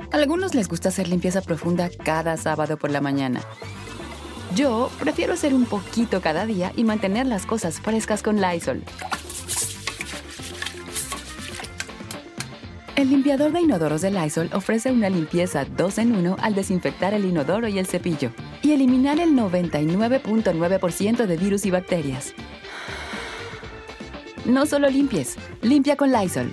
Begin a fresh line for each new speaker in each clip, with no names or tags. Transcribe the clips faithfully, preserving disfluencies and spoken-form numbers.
A algunos les gusta hacer limpieza profunda cada sábado por la mañana. Yo prefiero hacer un poquito cada día y mantener las cosas frescas con Lysol. El limpiador de inodoros de Lysol ofrece una limpieza dos en uno al desinfectar el inodoro y el cepillo y eliminar el noventa y nueve punto nueve por ciento de virus y bacterias. No solo limpies, limpia con Lysol.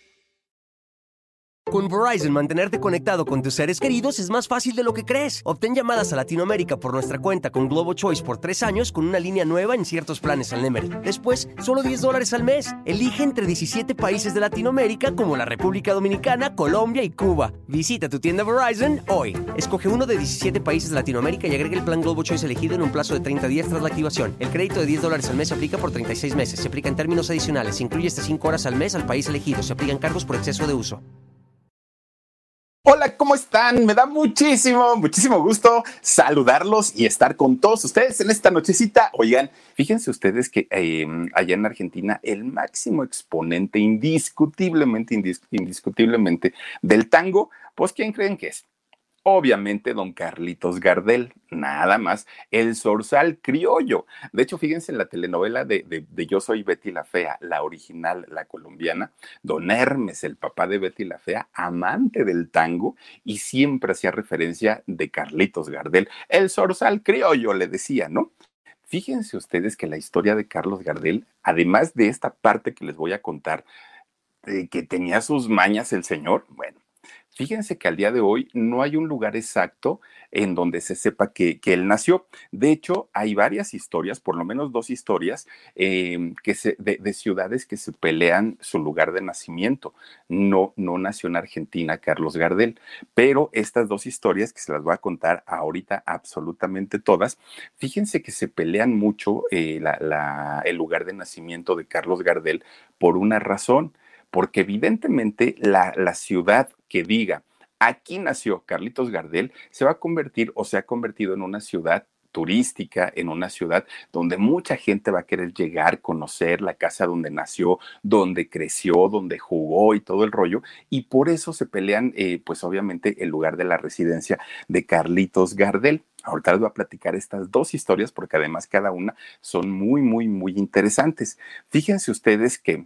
Con Verizon, mantenerte conectado con tus seres queridos es más fácil de lo que crees. Obtén llamadas a Latinoamérica por nuestra cuenta con Globo Choice por tres años con una línea nueva en ciertos planes al Nemery. Después, solo diez dólares al mes. Elige entre diecisiete países de Latinoamérica como la República Dominicana, Colombia y Cuba. Visita tu tienda Verizon hoy. Escoge uno de diecisiete países de Latinoamérica y agrega el plan Globo Choice elegido en un plazo de treinta días tras la activación. El crédito de diez dólares al mes se aplica por treinta y seis meses. Se aplica en términos adicionales. Se incluye hasta cinco horas al mes al país elegido. Se aplican cargos por exceso de uso.
Hola, ¿cómo están? Me da muchísimo, muchísimo gusto saludarlos y estar con todos ustedes en esta nochecita. Oigan, fíjense ustedes que eh, allá en Argentina el máximo exponente indiscutiblemente, indis indiscutiblemente del tango, pues ¿quién creen que es? Obviamente, don Carlitos Gardel, nada más, el zorzal criollo. De hecho, fíjense en la telenovela de, de, de Yo Soy Betty la Fea, la original, la colombiana, don Hermes, el papá de Betty la Fea, amante del tango, y siempre hacía referencia de Carlitos Gardel. El zorzal criollo, le decía, ¿no? Fíjense ustedes que la historia de Carlos Gardel, además de esta parte que les voy a contar, eh, que tenía sus mañas el señor, bueno, fíjense que al día de hoy no hay un lugar exacto en donde se sepa que, que él nació. De hecho, hay varias historias, por lo menos dos historias, eh, que se, de, de ciudades que se pelean su lugar de nacimiento. No, no nació en Argentina Carlos Gardel, pero estas dos historias que se las voy a contar ahorita absolutamente todas, fíjense que se pelean mucho eh, la, la, el lugar de nacimiento de Carlos Gardel por una razón. Porque evidentemente la, la ciudad que diga, aquí nació Carlitos Gardel, se va a convertir o se ha convertido en una ciudad turística, en una ciudad donde mucha gente va a querer llegar, conocer la casa donde nació, donde creció, donde jugó y todo el rollo, y por eso se pelean, eh, pues obviamente, el lugar de la residencia de Carlitos Gardel. Ahorita les voy a platicar estas dos historias porque además cada una son muy, muy, muy interesantes. Fíjense ustedes que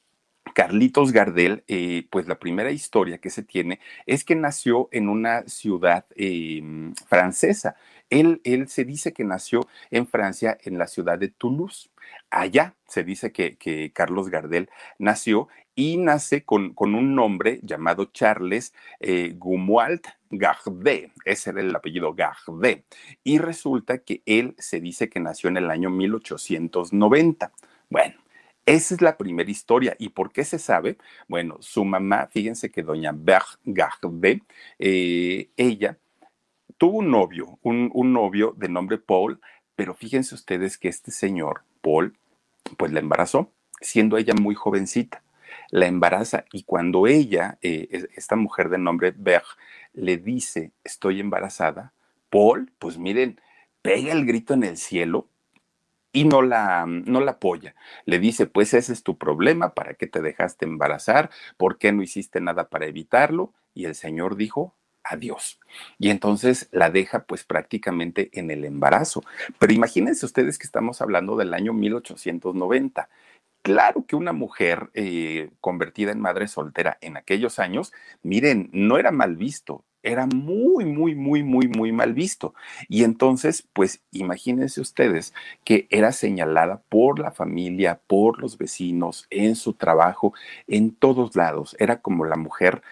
Carlitos Gardel, eh, pues la primera historia que se tiene es que nació en una ciudad eh, francesa. Él, él se dice que nació en Francia, en la ciudad de Toulouse. Allá se dice que, que Carlos Gardel nació y nace con, con un nombre llamado Charles eh, Gumuald Gardé. Ese era el apellido Gardé. Y resulta que él se dice que nació en el año mil ochocientos noventa. Bueno. Esa es la primera historia. ¿Y por qué se sabe? Bueno, su mamá, fíjense que doña Berg Gardé, eh, ella tuvo un novio, un, un novio de nombre Paul, pero fíjense ustedes que este señor, Paul, pues la embarazó, siendo ella muy jovencita. La embaraza y cuando ella, eh, esta mujer de nombre Berg, le dice, estoy embarazada, Paul, pues miren, pega el grito en el cielo y no la, no la apoya. Le dice, pues ese es tu problema, ¿para qué te dejaste embarazar? ¿Por qué no hiciste nada para evitarlo? Y el señor dijo, adiós. Y entonces la deja pues prácticamente en el embarazo. Pero imagínense ustedes que estamos hablando del año mil ochocientos noventa. Claro que una mujer eh, convertida en madre soltera en aquellos años, miren, no era mal visto, era muy, muy, muy, muy, muy mal visto. Y entonces, pues imagínense ustedes que era señalada por la familia, por los vecinos, en su trabajo, en todos lados. Era como la mujer,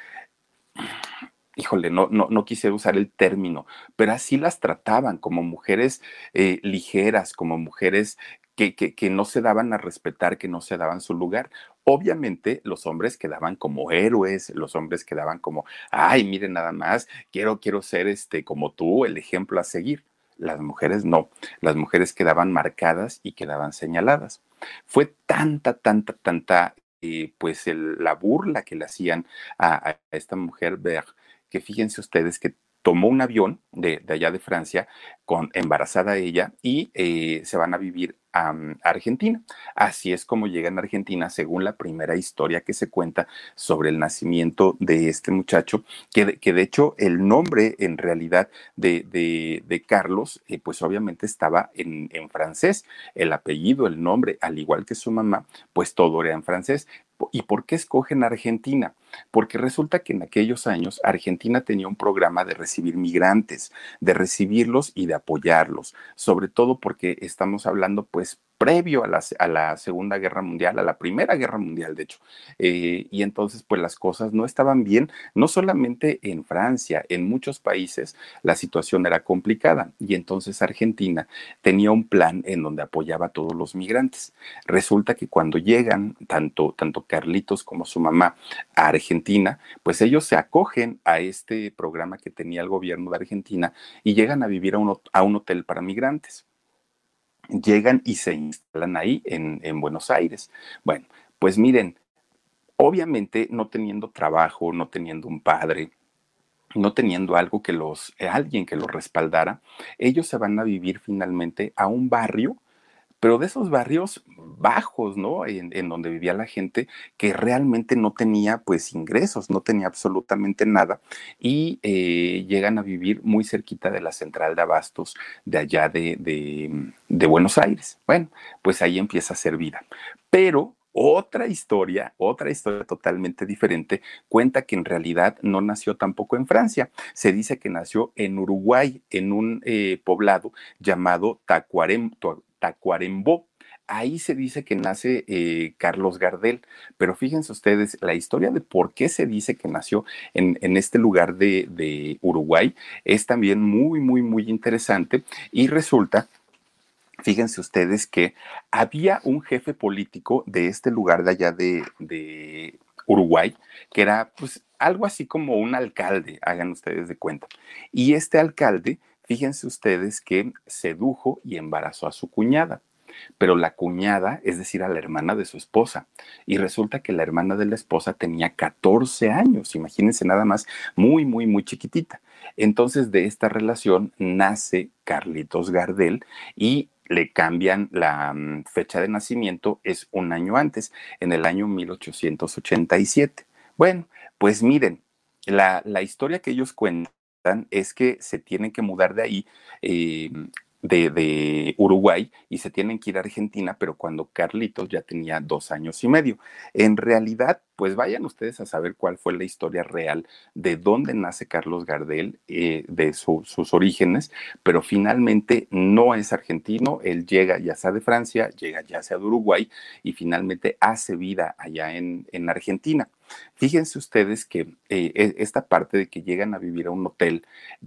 híjole, no, no, no quisiera usar el término, pero así las trataban como mujeres eh, ligeras, como mujeres que, que, que no se daban a respetar, que no se daban su lugar. Obviamente los hombres quedaban como héroes, los hombres quedaban como, ay, miren nada más, quiero, quiero ser este, como tú, el ejemplo a seguir. Las mujeres no, las mujeres quedaban marcadas y quedaban señaladas. Fue tanta, tanta, tanta, eh, pues el, la burla que le hacían a, a esta mujer Berg, que fíjense ustedes que tomó un avión de, de allá de Francia, con embarazada ella, y eh, se van a vivir a, a Argentina. Así es como llegan a Argentina, según la primera historia que se cuenta sobre el nacimiento de este muchacho, que de, que de hecho el nombre en realidad de, de, de Carlos, eh, pues obviamente estaba en, en francés, el apellido, el nombre, al igual que su mamá, pues todo era en francés. ¿Y por qué escogen Argentina? Porque resulta que en aquellos años Argentina tenía un programa de recibir migrantes, de recibirlos y de apoyarlos, sobre todo porque estamos hablando pues previo a la, a la Segunda Guerra Mundial, a la Primera Guerra Mundial, de hecho. Eh, y entonces pues las cosas no estaban bien, no solamente en Francia, en muchos países la situación era complicada y entonces Argentina tenía un plan en donde apoyaba a todos los migrantes. Resulta que cuando llegan tanto, tanto Carlitos como su mamá a Argentina, pues ellos se acogen a este programa que tenía el gobierno de Argentina y llegan a vivir a un, a un hotel para migrantes. Llegan y se instalan ahí en, en Buenos Aires. Bueno, pues miren, obviamente no teniendo trabajo, no teniendo un padre, no teniendo algo que los, eh, alguien que los respaldara, ellos se van a vivir finalmente a un barrio, pero de esos barrios bajos, ¿no? En, en donde vivía la gente que realmente no tenía pues ingresos, no tenía absolutamente nada y eh, llegan a vivir muy cerquita de la central de abastos de allá de, de, de Buenos Aires. Bueno, pues ahí empieza a ser vida. Pero otra historia, otra historia totalmente diferente, cuenta que en realidad no nació tampoco en Francia. Se dice que nació en Uruguay, en un eh, poblado llamado Tacuarem, Tacuarembó. Ahí se dice que nace eh, Carlos Gardel, pero fíjense ustedes, la historia de por qué se dice que nació en, en este lugar de, de Uruguay es también muy, muy, muy interesante y resulta. Fíjense ustedes que había un jefe político de este lugar de allá de, de Uruguay, que era pues algo así como un alcalde, hagan ustedes de cuenta. Y este alcalde, fíjense ustedes que sedujo y embarazó a su cuñada, pero la cuñada, es decir, a la hermana de su esposa. Y resulta que la hermana de la esposa tenía catorce años, imagínense nada más, muy, muy, muy chiquitita. Entonces de esta relación nace Carlitos Gardel y le cambian la um, fecha de nacimiento, es un año antes, en el año mil ochocientos ochenta y siete. Bueno, pues miren, la, la historia que ellos cuentan es que se tienen que mudar de ahí, eh, de, de Uruguay, y se tienen que ir a Argentina, pero cuando Carlitos ya tenía dos años y medio. En realidad, pues vayan ustedes a saber cuál fue la historia real de dónde nace Carlos Gardel, eh, de su, sus orígenes, pero finalmente no es argentino, él llega ya sea de Francia, llega ya sea de Uruguay y finalmente hace vida allá en, en Argentina. Fíjense ustedes que eh, esta parte de que llegan a vivir a un hotel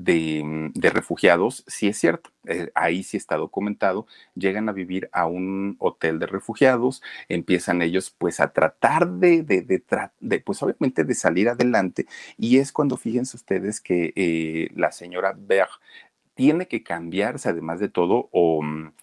de, de refugiados, sí es cierto, eh, ahí sí está documentado, llegan a vivir a un hotel de refugiados, empiezan ellos pues a tratar de, de, de, de pues obviamente de salir adelante y es cuando fíjense ustedes que eh, la señora Berg tiene que cambiarse además de todo o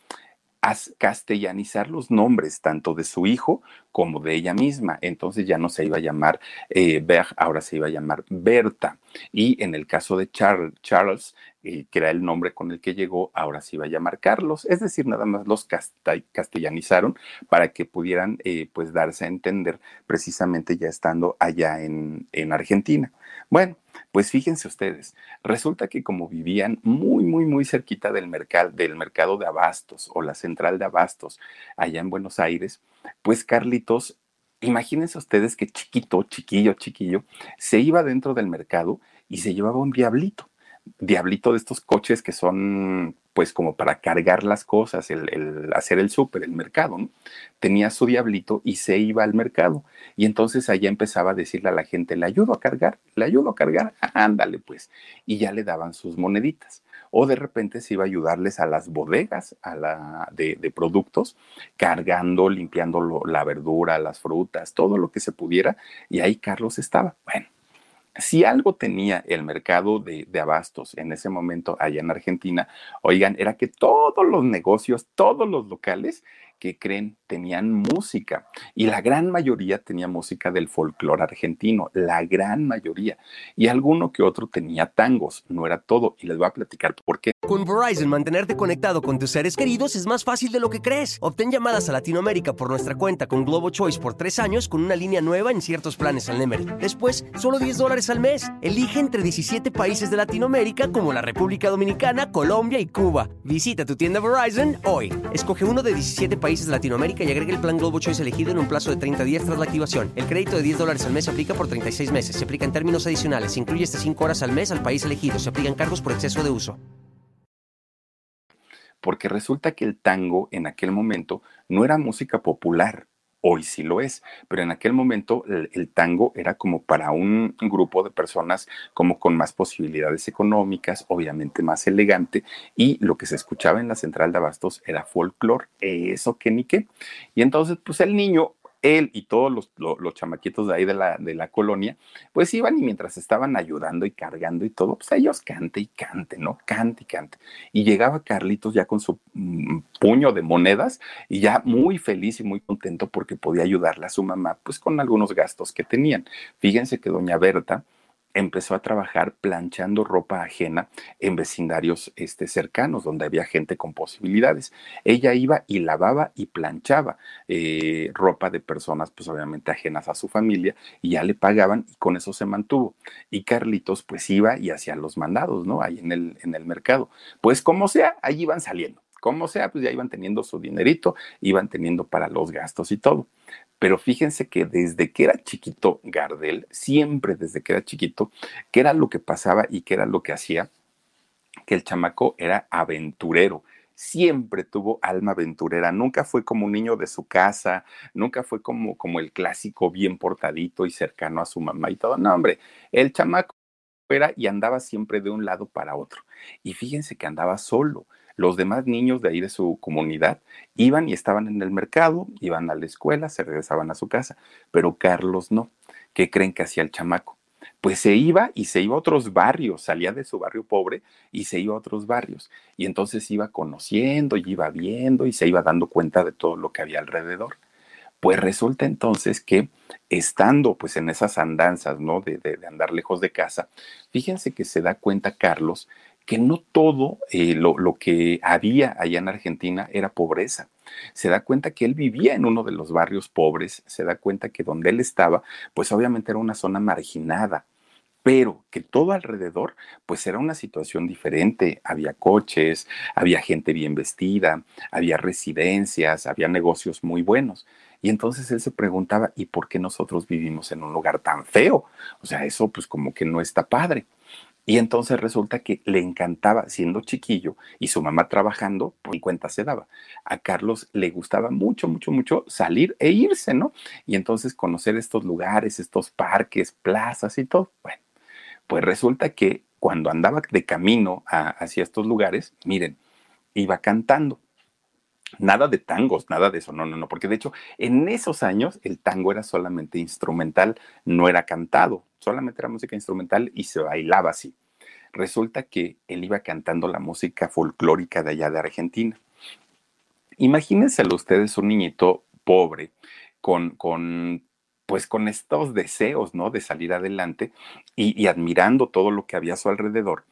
a castellanizar los nombres tanto de su hijo como de ella misma. Entonces ya no se iba a llamar eh, Berg, ahora se iba a llamar Berta. Y en el caso de Charles, Charles eh, que era el nombre con el que llegó, ahora se iba a llamar Carlos. Es decir, nada más los castellanizaron para que pudieran eh, pues darse a entender precisamente ya estando allá en, en Argentina. Bueno, pues fíjense ustedes, resulta que como vivían muy, muy, muy cerquita del mercado, del mercado de abastos o la central de abastos allá en Buenos Aires, pues Carlitos, imagínense ustedes que chiquito, chiquillo, chiquillo, se iba dentro del mercado y se llevaba un diablito, diablito de estos coches que son pues como para cargar las cosas, el, el hacer el súper, el mercado, ¿no? Tenía su diablito y se iba al mercado. Y entonces allá empezaba a decirle a la gente, le ayudo a cargar, le ayudo a cargar, ándale pues. Y ya le daban sus moneditas. O de repente se iba a ayudarles a las bodegas a la, de, de productos, cargando, limpiando lo, la verdura, las frutas, todo lo que se pudiera. Y ahí Carlos estaba. Bueno. Si algo tenía el mercado de, de abastos en ese momento allá en Argentina, oigan, era que todos los negocios, todos los locales que creen, tenían música y la gran mayoría tenía música del folclore argentino, la gran mayoría. Y alguno que otro tenía tangos, no era todo. Y les voy a platicar por qué.
Con Verizon, mantenerte conectado con tus seres queridos es más fácil de lo que crees. Obtén llamadas a Latinoamérica por nuestra cuenta con Globo Choice por tres años con una línea nueva en ciertos planes al Nemery. Después, solo diez dólares al mes. Elige entre diecisiete países de Latinoamérica como la República Dominicana, Colombia y Cuba. Visita tu tienda Verizon hoy. Escoge uno de diecisiete países de Latinoamérica y agrega el plan Globo Choice elegido en un plazo de treinta días tras la activación. El crédito de diez dólares al mes se aplica por treinta y seis meses. Se aplica en términos adicionales. Se incluye hasta cinco horas al mes al país elegido. Se aplican cargos por exceso de uso.
Porque resulta que el tango en aquel momento no era música popular, hoy sí lo es, pero en aquel momento el, el tango era como para un grupo de personas como con más posibilidades económicas, obviamente más elegante, y lo que se escuchaba en la central de abastos era folclore, eso que ni qué. Y entonces pues el niño, él y todos los, los, los chamaquitos de ahí de la, de la colonia, pues iban y mientras estaban ayudando y cargando y todo, pues ellos cante y cante, ¿no? Cante y cante. Y llegaba Carlitos ya con su mm, puño de monedas y ya muy feliz y muy contento porque podía ayudarle a su mamá, pues con algunos gastos que tenían. Fíjense que doña Berta empezó a trabajar planchando ropa ajena en vecindarios este, cercanos, donde había gente con posibilidades. Ella iba y lavaba y planchaba eh, ropa de personas, pues obviamente ajenas a su familia, y ya le pagaban y con eso se mantuvo. Y Carlitos pues iba y hacía los mandados, ¿no? Ahí en el, en el mercado. Pues como sea, ahí iban saliendo. Como sea, pues ya iban teniendo su dinerito, iban teniendo para los gastos y todo. Pero fíjense que desde que era chiquito Gardel, siempre desde que era chiquito, qué era lo que pasaba y qué era lo que hacía, que el chamaco era aventurero. Siempre tuvo alma aventurera, nunca fue como un niño de su casa, nunca fue como, como el clásico bien portadito y cercano a su mamá y todo. No, hombre, el chamaco era y andaba siempre de un lado para otro. Y fíjense que andaba solo. Los demás niños de ahí de su comunidad iban y estaban en el mercado, iban a la escuela, se regresaban a su casa, pero Carlos no. ¿Qué creen que hacía el chamaco? Pues se iba y se iba a otros barrios, salía de su barrio pobre y se iba a otros barrios. Y entonces iba conociendo y iba viendo y se iba dando cuenta de todo lo que había alrededor. Pues resulta entonces que estando pues en esas andanzas, ¿no? De, de, de andar lejos de casa, fíjense que se da cuenta Carlos que no todo eh, lo, lo que había allá en Argentina era pobreza. Se da cuenta que él vivía en uno de los barrios pobres, se da cuenta que donde él estaba, pues obviamente era una zona marginada, pero que todo alrededor, pues era una situación diferente. Había coches, había gente bien vestida, había residencias, había negocios muy buenos. Y entonces él se preguntaba, ¿y por qué nosotros vivimos en un lugar tan feo? O sea, eso pues como que no está padre. Y entonces resulta que le encantaba, siendo chiquillo y su mamá trabajando, por mi cuenta se daba. A Carlos le gustaba mucho, mucho, mucho salir e irse, ¿no? Y entonces conocer estos lugares, estos parques, plazas y todo. Bueno, pues resulta que cuando andaba de camino a, hacia estos lugares, miren, iba cantando. Nada de tangos, nada de eso, no, no, no, porque de hecho en esos años el tango era solamente instrumental, no era cantado, solamente era música instrumental y se bailaba así. Resulta que él iba cantando la música folclórica de allá de Argentina. Imagínenselo ustedes un niñito pobre con, con pues con estos deseos, ¿no? De salir adelante y, y admirando todo lo que había a su alrededor.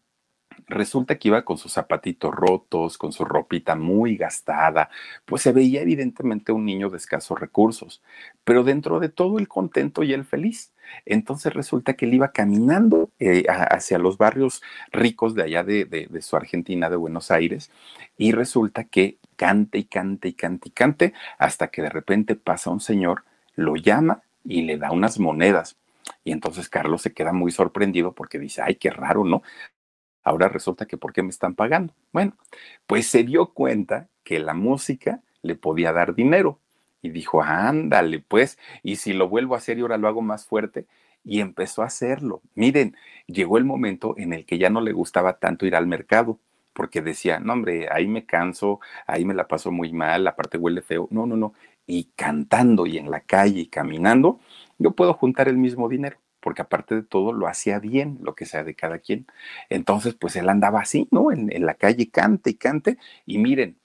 Resulta que iba con sus zapatitos rotos, con su ropita muy gastada, pues se veía evidentemente un niño de escasos recursos, pero dentro de todo el contento y el feliz. Entonces resulta que él iba caminando eh, hacia los barrios ricos de allá de, de, de su Argentina, de Buenos Aires, y resulta que cante y cante y cante y cante, hasta que de repente pasa un señor, lo llama y le da unas monedas. Y entonces Carlos se queda muy sorprendido porque dice, ay, qué raro, ¿no? Ahora resulta que ¿por qué me están pagando? Bueno, pues se dio cuenta que la música le podía dar dinero y dijo, ándale, pues, y si lo vuelvo a hacer y ahora lo hago más fuerte, y empezó a hacerlo. Miren, llegó el momento en el que ya no le gustaba tanto ir al mercado, porque decía, no, hombre, ahí me canso, ahí me la paso muy mal, aparte huele feo. No, no, no. Y cantando y en la calle y caminando, yo puedo juntar el mismo dinero, porque aparte de todo lo hacía bien, lo que sea de cada quien. Entonces, pues él andaba así, ¿no? En, en la calle, cante y cante, y miren,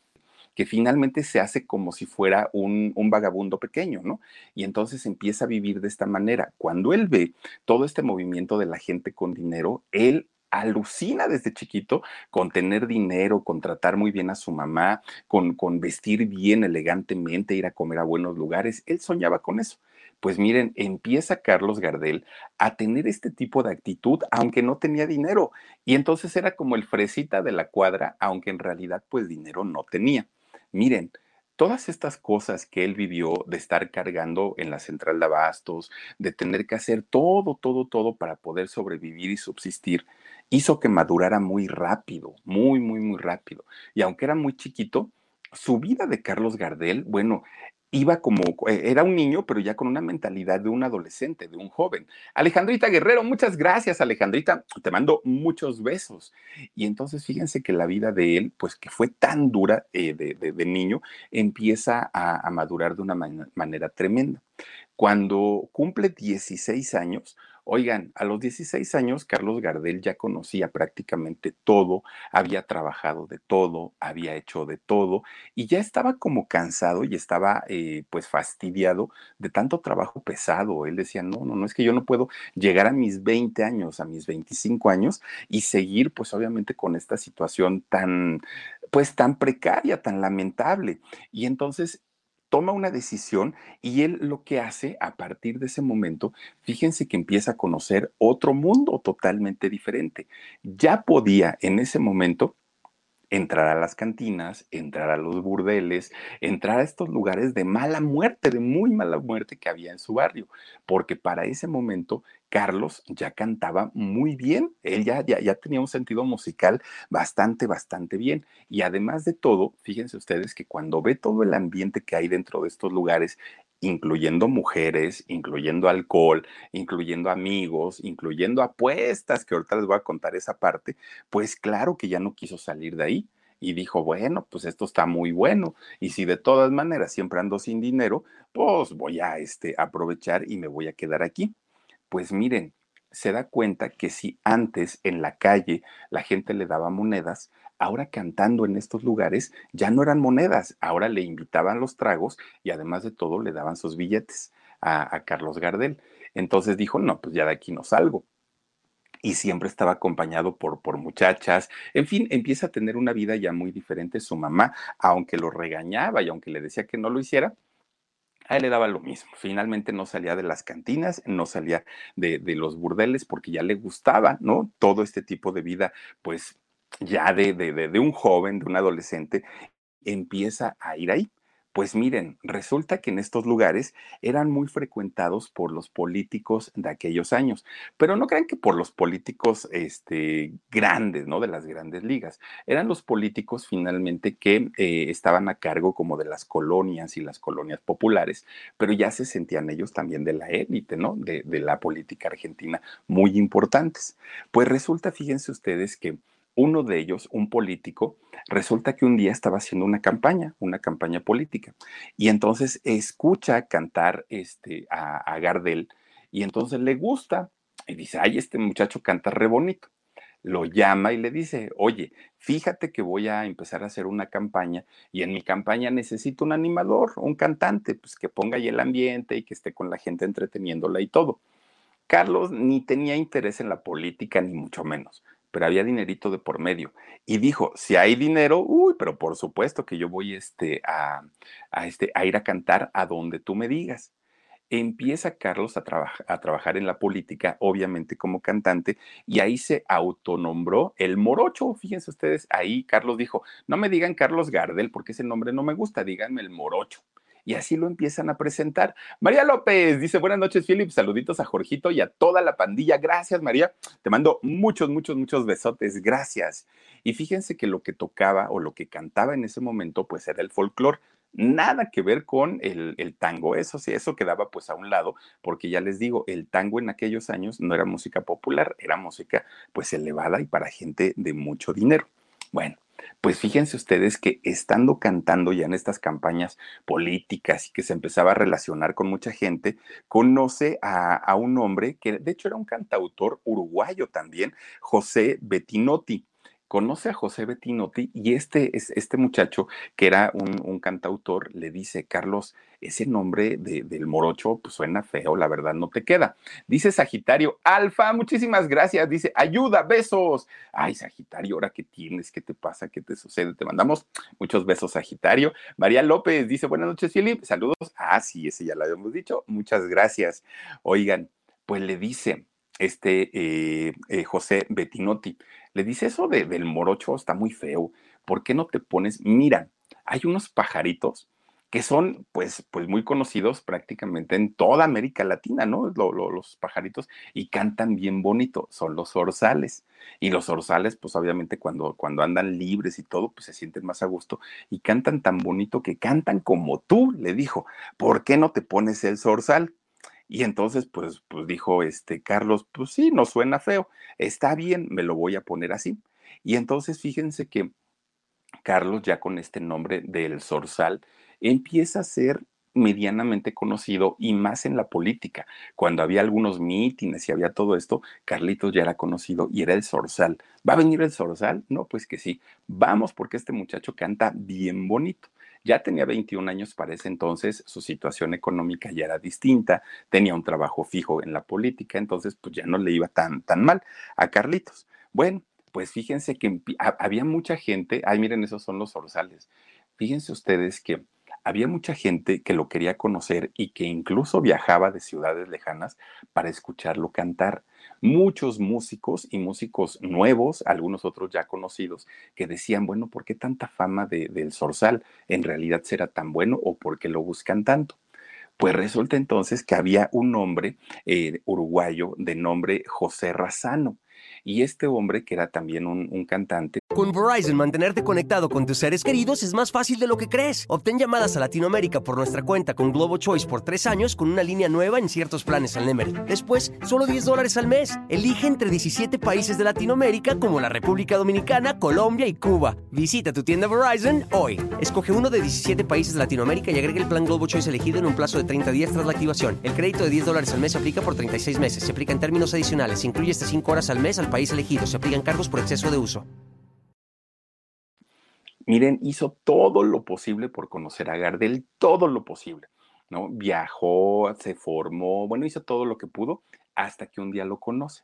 que finalmente se hace como si fuera un, un vagabundo pequeño, ¿no? Y entonces empieza a vivir de esta manera. Cuando él ve todo este movimiento de la gente con dinero, él alucina desde chiquito con tener dinero, con tratar muy bien a su mamá, con, con vestir bien elegantemente, ir a comer a buenos lugares. Él soñaba con eso. Pues miren, empieza Carlos Gardel a tener este tipo de actitud, aunque no tenía dinero. Y entonces era como el fresita de la cuadra, aunque en realidad pues dinero no tenía. Miren, todas estas cosas que él vivió de estar cargando en la central de abastos, de tener que hacer todo, todo, todo para poder sobrevivir y subsistir, hizo que madurara muy rápido, muy, muy, muy rápido. Y aunque era muy chiquito, su vida de Carlos Gardel, bueno, iba como, eh, era un niño, pero ya con una mentalidad de un adolescente, de un joven. Alejandrita Guerrero, muchas gracias, Alejandrita, te mando muchos besos. Y entonces fíjense que la vida de él, pues que fue tan dura eh, de, de, de, niño, empieza a, a madurar de una man manera tremenda. Cuando cumple dieciséis años, oigan, a los dieciséis años Carlos Gardel ya conocía prácticamente todo, había trabajado de todo, había hecho de todo y ya estaba como cansado y estaba eh, pues fastidiado de tanto trabajo pesado. Él decía, no, no, no, es que yo no puedo llegar a mis veinte años, a mis veinticinco años y seguir pues obviamente con esta situación tan, pues tan precaria, tan lamentable. Y entonces toma una decisión y él lo que hace a partir de ese momento, fíjense que empieza a conocer otro mundo totalmente diferente. Ya podía en ese momento entrar a las cantinas, entrar a los burdeles, entrar a estos lugares de mala muerte, de muy mala muerte que había en su barrio, porque para ese momento Carlos ya cantaba muy bien, él ya, ya, ya tenía un sentido musical bastante, bastante bien. Y además de todo, fíjense ustedes que cuando ve todo el ambiente que hay dentro de estos lugares, incluyendo mujeres, incluyendo alcohol, incluyendo amigos, incluyendo apuestas, que ahorita les voy a contar esa parte, pues claro que ya no quiso salir de ahí y dijo, bueno, pues esto está muy bueno y si de todas maneras siempre ando sin dinero, pues voy a este, aprovechar y me voy a quedar aquí. Pues miren, se da cuenta que si antes en la calle la gente le daba monedas, ahora cantando en estos lugares ya no eran monedas, ahora le invitaban los tragos y además de todo le daban sus billetes a, a Carlos Gardel. Entonces dijo, no, pues ya de aquí no salgo y siempre estaba acompañado por, por muchachas. En fin, empieza a tener una vida ya muy diferente. Su mamá, aunque lo regañaba y aunque le decía que no lo hiciera, a él le daba lo mismo. Finalmente no salía de las cantinas, no salía de, de los burdeles porque ya le gustaba, ¿no? Todo este tipo de vida, pues ya de, de, de, de un joven, de un adolescente, empieza a ir ahí. Pues miren, resulta que en estos lugares eran muy frecuentados por los políticos de aquellos años, pero no crean que por los políticos este, grandes, ¿no? De las grandes ligas. Eran los políticos finalmente que eh, estaban a cargo como de las colonias y las colonias populares, pero ya se sentían ellos también de la élite, ¿no? De, de la política argentina, muy importantes. Pues resulta, fíjense ustedes que uno de ellos, un político, resulta que un día estaba haciendo una campaña, una campaña política, y entonces escucha cantar este, a, a Gardel y entonces le gusta y dice, ay, este muchacho canta re bonito. Lo llama y le dice, oye, fíjate que voy a empezar a hacer una campaña y en mi campaña necesito un animador, un cantante, pues que ponga ahí el ambiente y que esté con la gente entreteniéndola y todo. Carlos ni tenía interés en la política, ni mucho menos, pero había dinerito de por medio. Y dijo, si hay dinero, uy, pero por supuesto que yo voy este, a, a, este, a ir a cantar a donde tú me digas. Empieza Carlos a, traba a trabajar en la política, obviamente como cantante, y ahí se autonombró el Morocho. Fíjense ustedes, ahí Carlos dijo, no me digan Carlos Gardel porque ese nombre no me gusta, díganme el Morocho. Y así lo empiezan a presentar. María López dice, buenas noches, Philip, saluditos a Jorgito y a toda la pandilla. Gracias, María. Te mando muchos, muchos, muchos besotes. Gracias. Y fíjense que lo que tocaba o lo que cantaba en ese momento, pues era el folclore. Nada que ver con el, el tango, eso sí, eso quedaba pues a un lado, porque ya les digo, el tango en aquellos años no era música popular, era música pues elevada y para gente de mucho dinero. Bueno, pues fíjense ustedes que estando cantando ya en estas campañas políticas y que se empezaba a relacionar con mucha gente, conoce a, a un hombre que de hecho era un cantautor uruguayo también, José Bettinotti. conoce a José Bettinotti y este, es, este muchacho, que era un, un cantautor, le dice, Carlos, ese nombre de, del morocho pues suena feo, la verdad no te queda. Dice Sagitario, Alfa, muchísimas gracias, dice, ayuda, besos. Ay, Sagitario, ¿ahora qué tienes? ¿Qué te pasa? ¿Qué te sucede? Te mandamos muchos besos, Sagitario. María López dice, buenas noches, Philip, saludos. Ah, sí, ese ya lo habíamos dicho, muchas gracias. Oigan, pues le dice este eh, eh, José Bettinotti, le dice eso de, del morocho está muy feo, ¿por qué no te pones? Mira, hay unos pajaritos que son pues, pues muy conocidos prácticamente en toda América Latina, ¿no? Lo, lo, los pajaritos y cantan bien bonito, son los zorzales. Y los zorzales, pues obviamente cuando, cuando andan libres y todo, pues se sienten más a gusto y cantan tan bonito que cantan como tú, le dijo, ¿por qué no te pones el zorzal? Y entonces, pues, pues dijo este Carlos, pues sí, no suena feo, está bien, me lo voy a poner así. Y entonces fíjense que Carlos, ya con este nombre del Zorzal, empieza a ser medianamente conocido y más en la política. Cuando había algunos mítines y había todo esto, Carlitos ya era conocido y era el Zorzal. ¿Va a venir el Zorzal? No, pues que sí. Vamos porque este muchacho canta bien bonito. Ya tenía veintiún años para ese entonces, su situación económica ya era distinta, tenía un trabajo fijo en la política, entonces pues ya no le iba tan, tan mal a Carlitos. Bueno, pues fíjense que había mucha gente, ay, miren, esos son los zorzales. Fíjense ustedes que había mucha gente que lo quería conocer y que incluso viajaba de ciudades lejanas para escucharlo cantar. Muchos músicos y músicos nuevos, algunos otros ya conocidos, que decían, bueno, ¿por qué tanta fama de, del zorzal? ¿En realidad será tan bueno o por qué lo buscan tanto? Pues resulta entonces que había un hombre eh, uruguayo de nombre José Razano. Y este hombre, que era también un, un cantante.
Con Verizon, mantenerte conectado con tus seres queridos es más fácil de lo que crees. Obtén llamadas a Latinoamérica por nuestra cuenta con Globo Choice por tres años con una línea nueva en ciertos planes al Nemery. Después, solo diez dólares al mes. Elige entre diecisiete países de Latinoamérica como la República Dominicana, Colombia y Cuba. Visita tu tienda Verizon hoy. Escoge uno de diecisiete países de Latinoamérica y agrega el plan Globo Choice elegido en un plazo de treinta días tras la activación. El crédito de diez dólares al mes se aplica por treinta y seis meses. Se aplica en términos adicionales. Se incluye hasta cinco horas al mes al país elegido. Se aplican cargos por exceso de uso.
Miren, hizo todo lo posible por conocer a Gardel, todo lo posible, ¿no? Viajó, se formó, bueno, hizo todo lo que pudo hasta que un día lo conoce.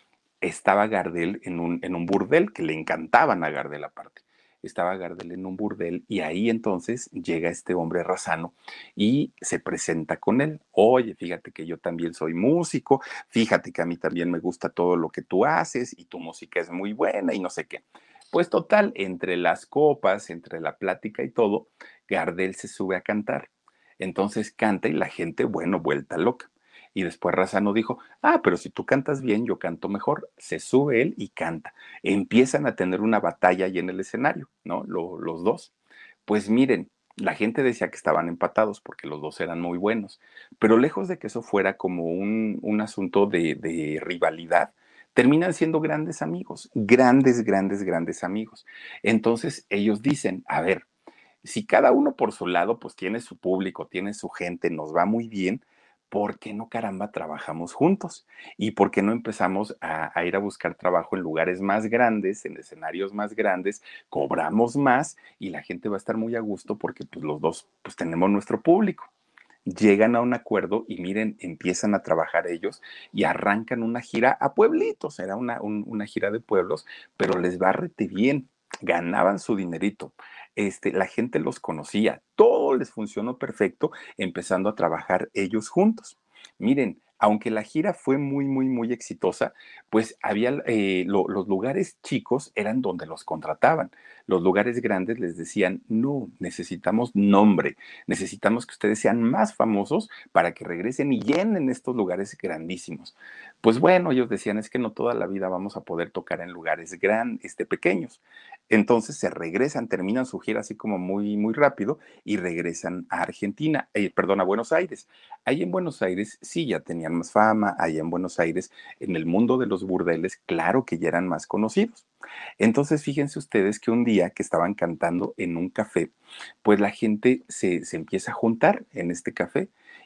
Estaba Gardel en un, en un burdel, que le encantaban a Gardel aparte. Estaba Gardel en un burdel y ahí entonces llega este hombre Razano y se presenta con él. Oye, fíjate que yo también soy músico, fíjate que a mí también me gusta todo lo que tú haces y tu música es muy buena y no sé qué. Pues total, entre las copas, entre la plática y todo, Gardel se sube a cantar. Entonces canta y la gente, bueno, vuelta loca. Y después Razano dijo, ah, pero si tú cantas bien, yo canto mejor. Se sube él y canta. Empiezan a tener una batalla ahí en el escenario, ¿no? Lo, los dos. Pues miren, la gente decía que estaban empatados porque los dos eran muy buenos, pero lejos de que eso fuera como un, un asunto de, de rivalidad, terminan siendo grandes amigos, grandes, grandes, grandes amigos. Entonces ellos dicen, a ver, si cada uno por su lado, pues tiene su público, tiene su gente, nos va muy bien, ¿por qué no caramba trabajamos juntos? ¿Y por qué no empezamos a, a ir a buscar trabajo en lugares más grandes, en escenarios más grandes, cobramos más y la gente va a estar muy a gusto porque pues los dos pues tenemos nuestro público? Llegan a un acuerdo y miren, empiezan a trabajar ellos y arrancan una gira a pueblitos, era una, un- una gira de pueblos, pero les va rete bien, ganaban su dinerito, este, la gente los conocía, todo les funcionó perfecto, empezando a trabajar ellos juntos. Miren, aunque la gira fue muy, muy, muy exitosa, pues había eh, lo- los lugares chicos eran donde los contrataban. Los lugares grandes les decían, no, necesitamos nombre, necesitamos que ustedes sean más famosos para que regresen y llenen estos lugares grandísimos. Pues bueno, ellos decían, es que no toda la vida vamos a poder tocar en lugares grandes, este, pequeños. Entonces se regresan, terminan su gira así como muy, muy rápido y regresan a Argentina, eh, perdón, a Buenos Aires. Ahí en Buenos Aires sí ya tenían más fama, allá en Buenos Aires, en el mundo de los burdeles, claro que ya eran más conocidos. Entonces fíjense ustedes que un día que estaban cantando en un café, pues la gente se, se empieza a juntar en este café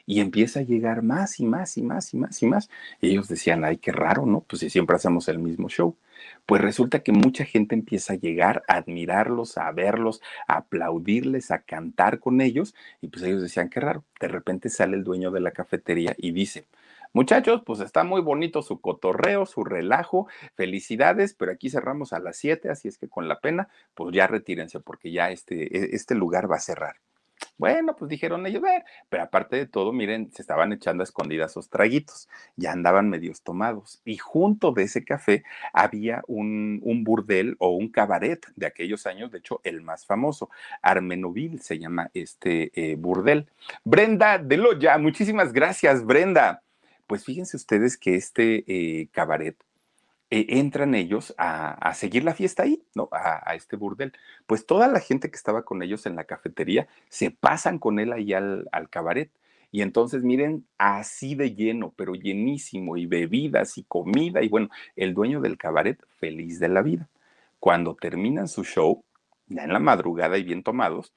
y empieza a llegar más y más y más y más y más. Y ellos decían, ay, qué raro, ¿no? Pues si siempre hacemos el mismo show. Pues resulta que mucha gente empieza a llegar a admirarlos, a verlos, a aplaudirles, a cantar con ellos, y pues ellos decían, qué raro. De repente sale el dueño de la cafetería y dice, muchachos, pues está muy bonito su cotorreo, su relajo, felicidades, pero aquí cerramos a las siete, así es que con la pena, pues ya retírense porque ya este, este lugar va a cerrar. Bueno, pues dijeron ellos, ver, pero aparte de todo, miren, se estaban echando a escondidas esos traguitos, ya andaban medios tomados. Y junto de ese café había un, un burdel o un cabaret de aquellos años, de hecho, el más famoso, Armenoville se llama este eh, burdel. Brenda de Loya, muchísimas gracias, Brenda. Pues fíjense ustedes que este eh, cabaret eh, entran ellos a, a, seguir la fiesta ahí, ¿no? A, a, este burdel. Pues toda la gente que estaba con ellos en la cafetería se pasan con él ahí al, al cabaret. Y entonces, miren, así de lleno, pero llenísimo, y bebidas y comida, y bueno, el dueño del cabaret feliz de la vida. Cuando terminan su show, ya en la madrugada y bien tomados,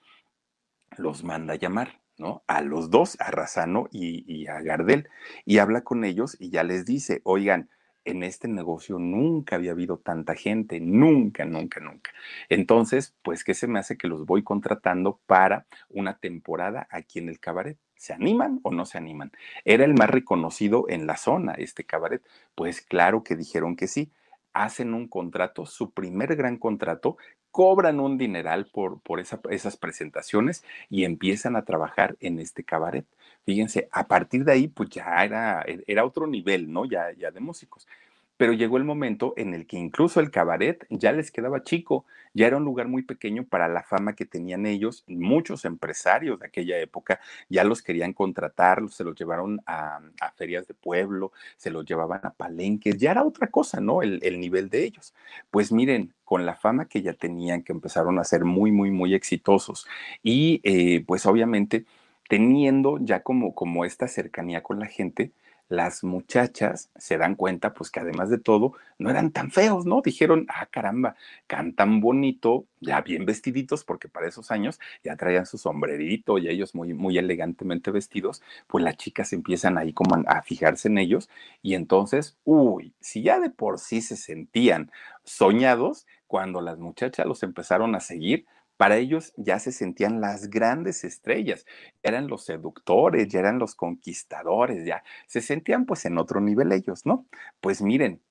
los manda a llamar, ¿no? A los dos, a Razzano y, y a Gardel, y habla con ellos y ya les dice, oigan, en este negocio nunca había habido tanta gente, nunca, nunca, nunca. Entonces, pues, ¿qué se me hace que los voy contratando para una temporada aquí en el cabaret? ¿Se animan o no se animan? Era el más reconocido en la zona, este cabaret. Pues claro que dijeron que sí. Hacen un contrato, su primer gran contrato, cobran un dineral por, por esa, esas presentaciones y empiezan a trabajar en este cabaret. Fíjense, a partir de ahí, pues ya era, era otro nivel, ¿no? Ya, ya de músicos. Pero llegó el momento en el que incluso el cabaret ya les quedaba chico, ya era un lugar muy pequeño para la fama que tenían ellos. Muchos empresarios de aquella época ya los querían contratar, se los llevaron a, a ferias de pueblo, se los llevaban a palenques, ya era otra cosa, ¿no? El, el nivel de ellos. Pues miren, con la fama que ya tenían, que empezaron a ser muy, muy, muy exitosos y eh, pues obviamente teniendo ya como, como esta cercanía con la gente, las muchachas se dan cuenta, pues que además de todo, no eran tan feos, ¿no? Dijeron, ah, caramba, cantan bonito, ya bien vestiditos, porque para esos años ya traían su sombrerito y ellos muy, muy elegantemente vestidos, pues las chicas empiezan ahí como a, a fijarse en ellos y entonces, uy, si ya de por sí se sentían soñados, cuando las muchachas los empezaron a seguir, para ellos ya se sentían las grandes estrellas, eran los seductores, ya eran los conquistadores, ya se sentían pues en otro nivel ellos, ¿no? Pues miren,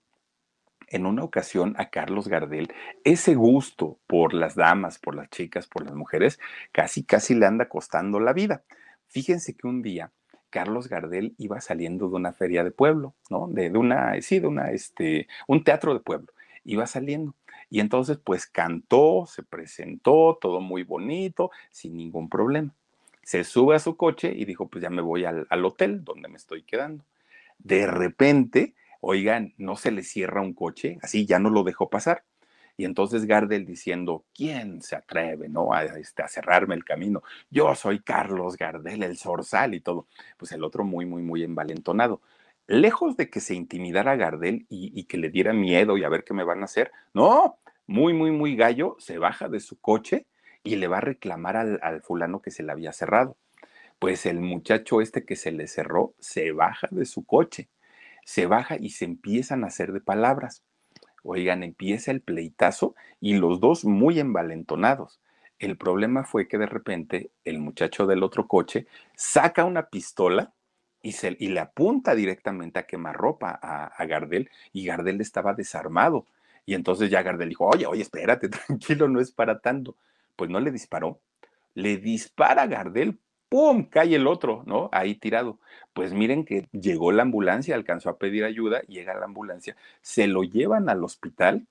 en una ocasión a Carlos Gardel, ese gusto por las damas, por las chicas, por las mujeres, casi, casi le anda costando la vida. Fíjense que un día Carlos Gardel iba saliendo de una feria de pueblo, ¿no? De, de una, sí, de una, este, un teatro de pueblo. Iba saliendo. Y entonces, pues cantó, se presentó, todo muy bonito, sin ningún problema. Se sube a su coche y dijo, pues ya me voy al, al hotel donde me estoy quedando. De repente, oigan, no se le cierra un coche, así ya no lo dejó pasar. Y entonces Gardel diciendo, ¿quién se atreve, no, a, este, a cerrarme el camino? Yo soy Carlos Gardel, el Zorzal y todo. Pues el otro muy, muy, muy envalentonado. Lejos de que se intimidara a Gardel y, y que le diera miedo y a ver qué me van a hacer, no, muy, muy, muy gallo, se baja de su coche y le va a reclamar al, al fulano que se le había cerrado. Pues el muchacho este que se le cerró se baja de su coche, se baja y se empiezan a hacer de palabras. Oigan, empieza el pleitazo y los dos muy envalentonados. El problema fue que de repente el muchacho del otro coche saca una pistola y, se, y le apunta directamente a quemarropa a, a Gardel y Gardel estaba desarmado. Y entonces ya Gardel dijo, oye, oye, espérate, tranquilo, no es para tanto. Pues no le disparó, le dispara a Gardel, ¡pum! Cae el otro, ¿no? Ahí tirado. Pues miren que llegó la ambulancia, alcanzó a pedir ayuda, llega la ambulancia, se lo llevan al hospital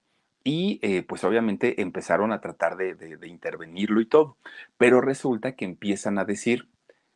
y eh, pues obviamente empezaron a tratar de, de, de intervenirlo y todo. Pero resulta que empiezan a decir,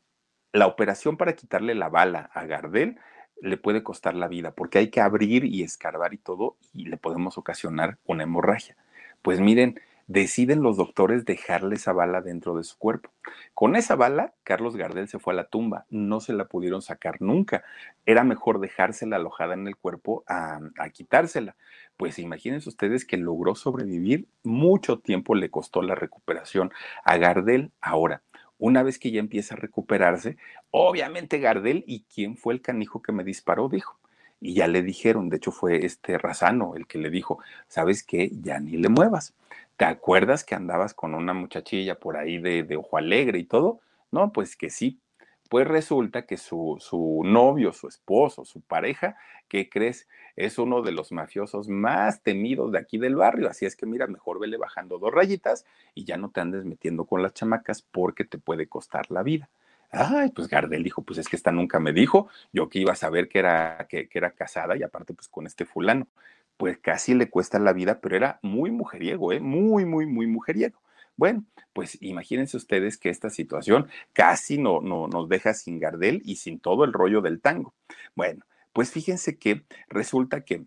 la operación para quitarle la bala a Gardel le puede costar la vida, porque hay que abrir y escarbar y todo, y le podemos ocasionar una hemorragia. Pues miren, deciden los doctores dejarle esa bala dentro de su cuerpo. Con esa bala, Carlos Gardel se fue a la tumba, no se la pudieron sacar nunca. Era mejor dejársela alojada en el cuerpo a, a quitársela. Pues imagínense ustedes que logró sobrevivir, mucho tiempo le costó la recuperación a Gardel. Ahora, Una vez que ya empieza a recuperarse, obviamente Gardel, ¿y quién fue el canijo que me disparó? Dijo. Y ya le dijeron, de hecho fue este Razano el que le dijo, ¿sabes qué? Ya ni le muevas. ¿Te acuerdas que andabas con una muchachilla por ahí de, de ojo alegre y todo? No, pues que sí. Pues resulta que su, su novio, su esposo, su pareja, ¿qué crees? Es uno de los mafiosos más temidos de aquí del barrio. Así es que mira, mejor vele bajando dos rayitas y ya no te andes metiendo con las chamacas porque te puede costar la vida. Ay, pues Gardel dijo, pues es que esta nunca me dijo, yo que iba a saber que era, que, que era casada y aparte pues con este fulano. Pues casi le cuesta la vida, pero era muy mujeriego, ¿eh? Muy, muy, muy mujeriego. Bueno, pues imagínense ustedes que esta situación casi no, no nos deja sin Gardel y sin todo el rollo del tango. Bueno, pues fíjense que resulta que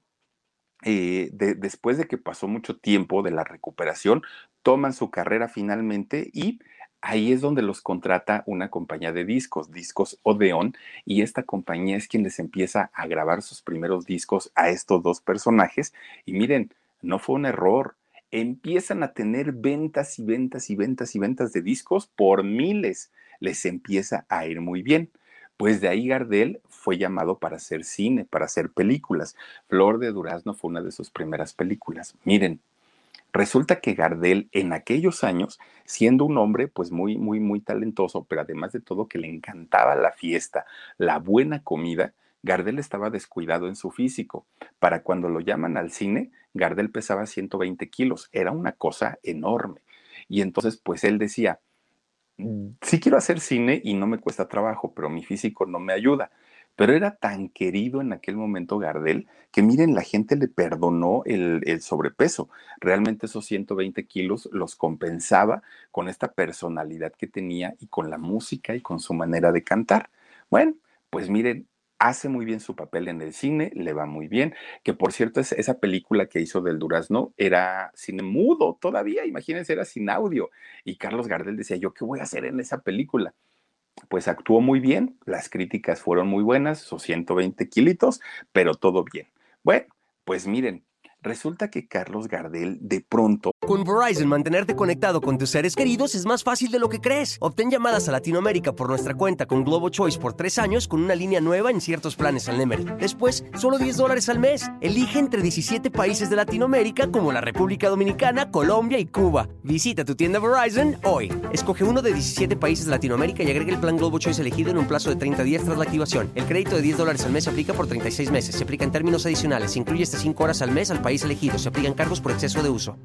eh, de, después de que pasó mucho tiempo de la recuperación, toman su carrera finalmente y ahí es donde los contrata una compañía de discos, Discos Odeón, y esta compañía es quien les empieza a grabar sus primeros discos a estos dos personajes. Y miren, no fue un error. Empiezan a tener ventas y ventas y ventas y ventas de discos por miles. Les empieza a ir muy bien. Pues de ahí Gardel fue llamado para hacer cine, para hacer películas. Flor de Durazno fue una de sus primeras películas. Miren, resulta que Gardel en aquellos años, siendo un hombre pues muy, muy, muy talentoso, pero además de todo que le encantaba la fiesta, la buena comida, Gardel estaba descuidado en su físico. Para cuando lo llaman al cine, Gardel pesaba ciento veinte kilos, era una cosa enorme. Y entonces pues él decía, sí quiero hacer cine y no me cuesta trabajo, pero mi físico no me ayuda. Pero era tan querido en aquel momento Gardel que miren, la gente le perdonó el, el sobrepeso. Realmente esos ciento veinte kilos los compensaba con esta personalidad que tenía y con la música y con su manera de cantar. Bueno, pues miren, hace muy bien su papel en el cine, le va muy bien, que por cierto es, esa película que hizo del Durazno era cine mudo todavía, imagínense, era sin audio. Y Carlos Gardel decía, ¿yo qué voy a hacer en esa película? Pues actuó muy bien, las críticas fueron muy buenas, sus ciento veinte kilitos, pero todo bien. Bueno, pues miren, resulta que Carlos Gardel de pronto...
Con Verizon, mantenerte conectado con tus seres queridos es más fácil de lo que crees. Obtén llamadas a Latinoamérica por nuestra cuenta con Globo Choice por tres años con una línea nueva en ciertos planes al Nemery. Después, solo diez dólares al mes. Elige entre diecisiete países de Latinoamérica como la República Dominicana, Colombia y Cuba. Visita tu tienda Verizon hoy. Escoge uno de diecisiete países de Latinoamérica y agrega el plan Globo Choice elegido en un plazo de treinta días tras la activación. El crédito de diez dólares al mes se aplica por treinta y seis meses. Se aplica en términos adicionales. Se incluye hasta cinco horas al mes al país elegido. Se aplican cargos por exceso de uso.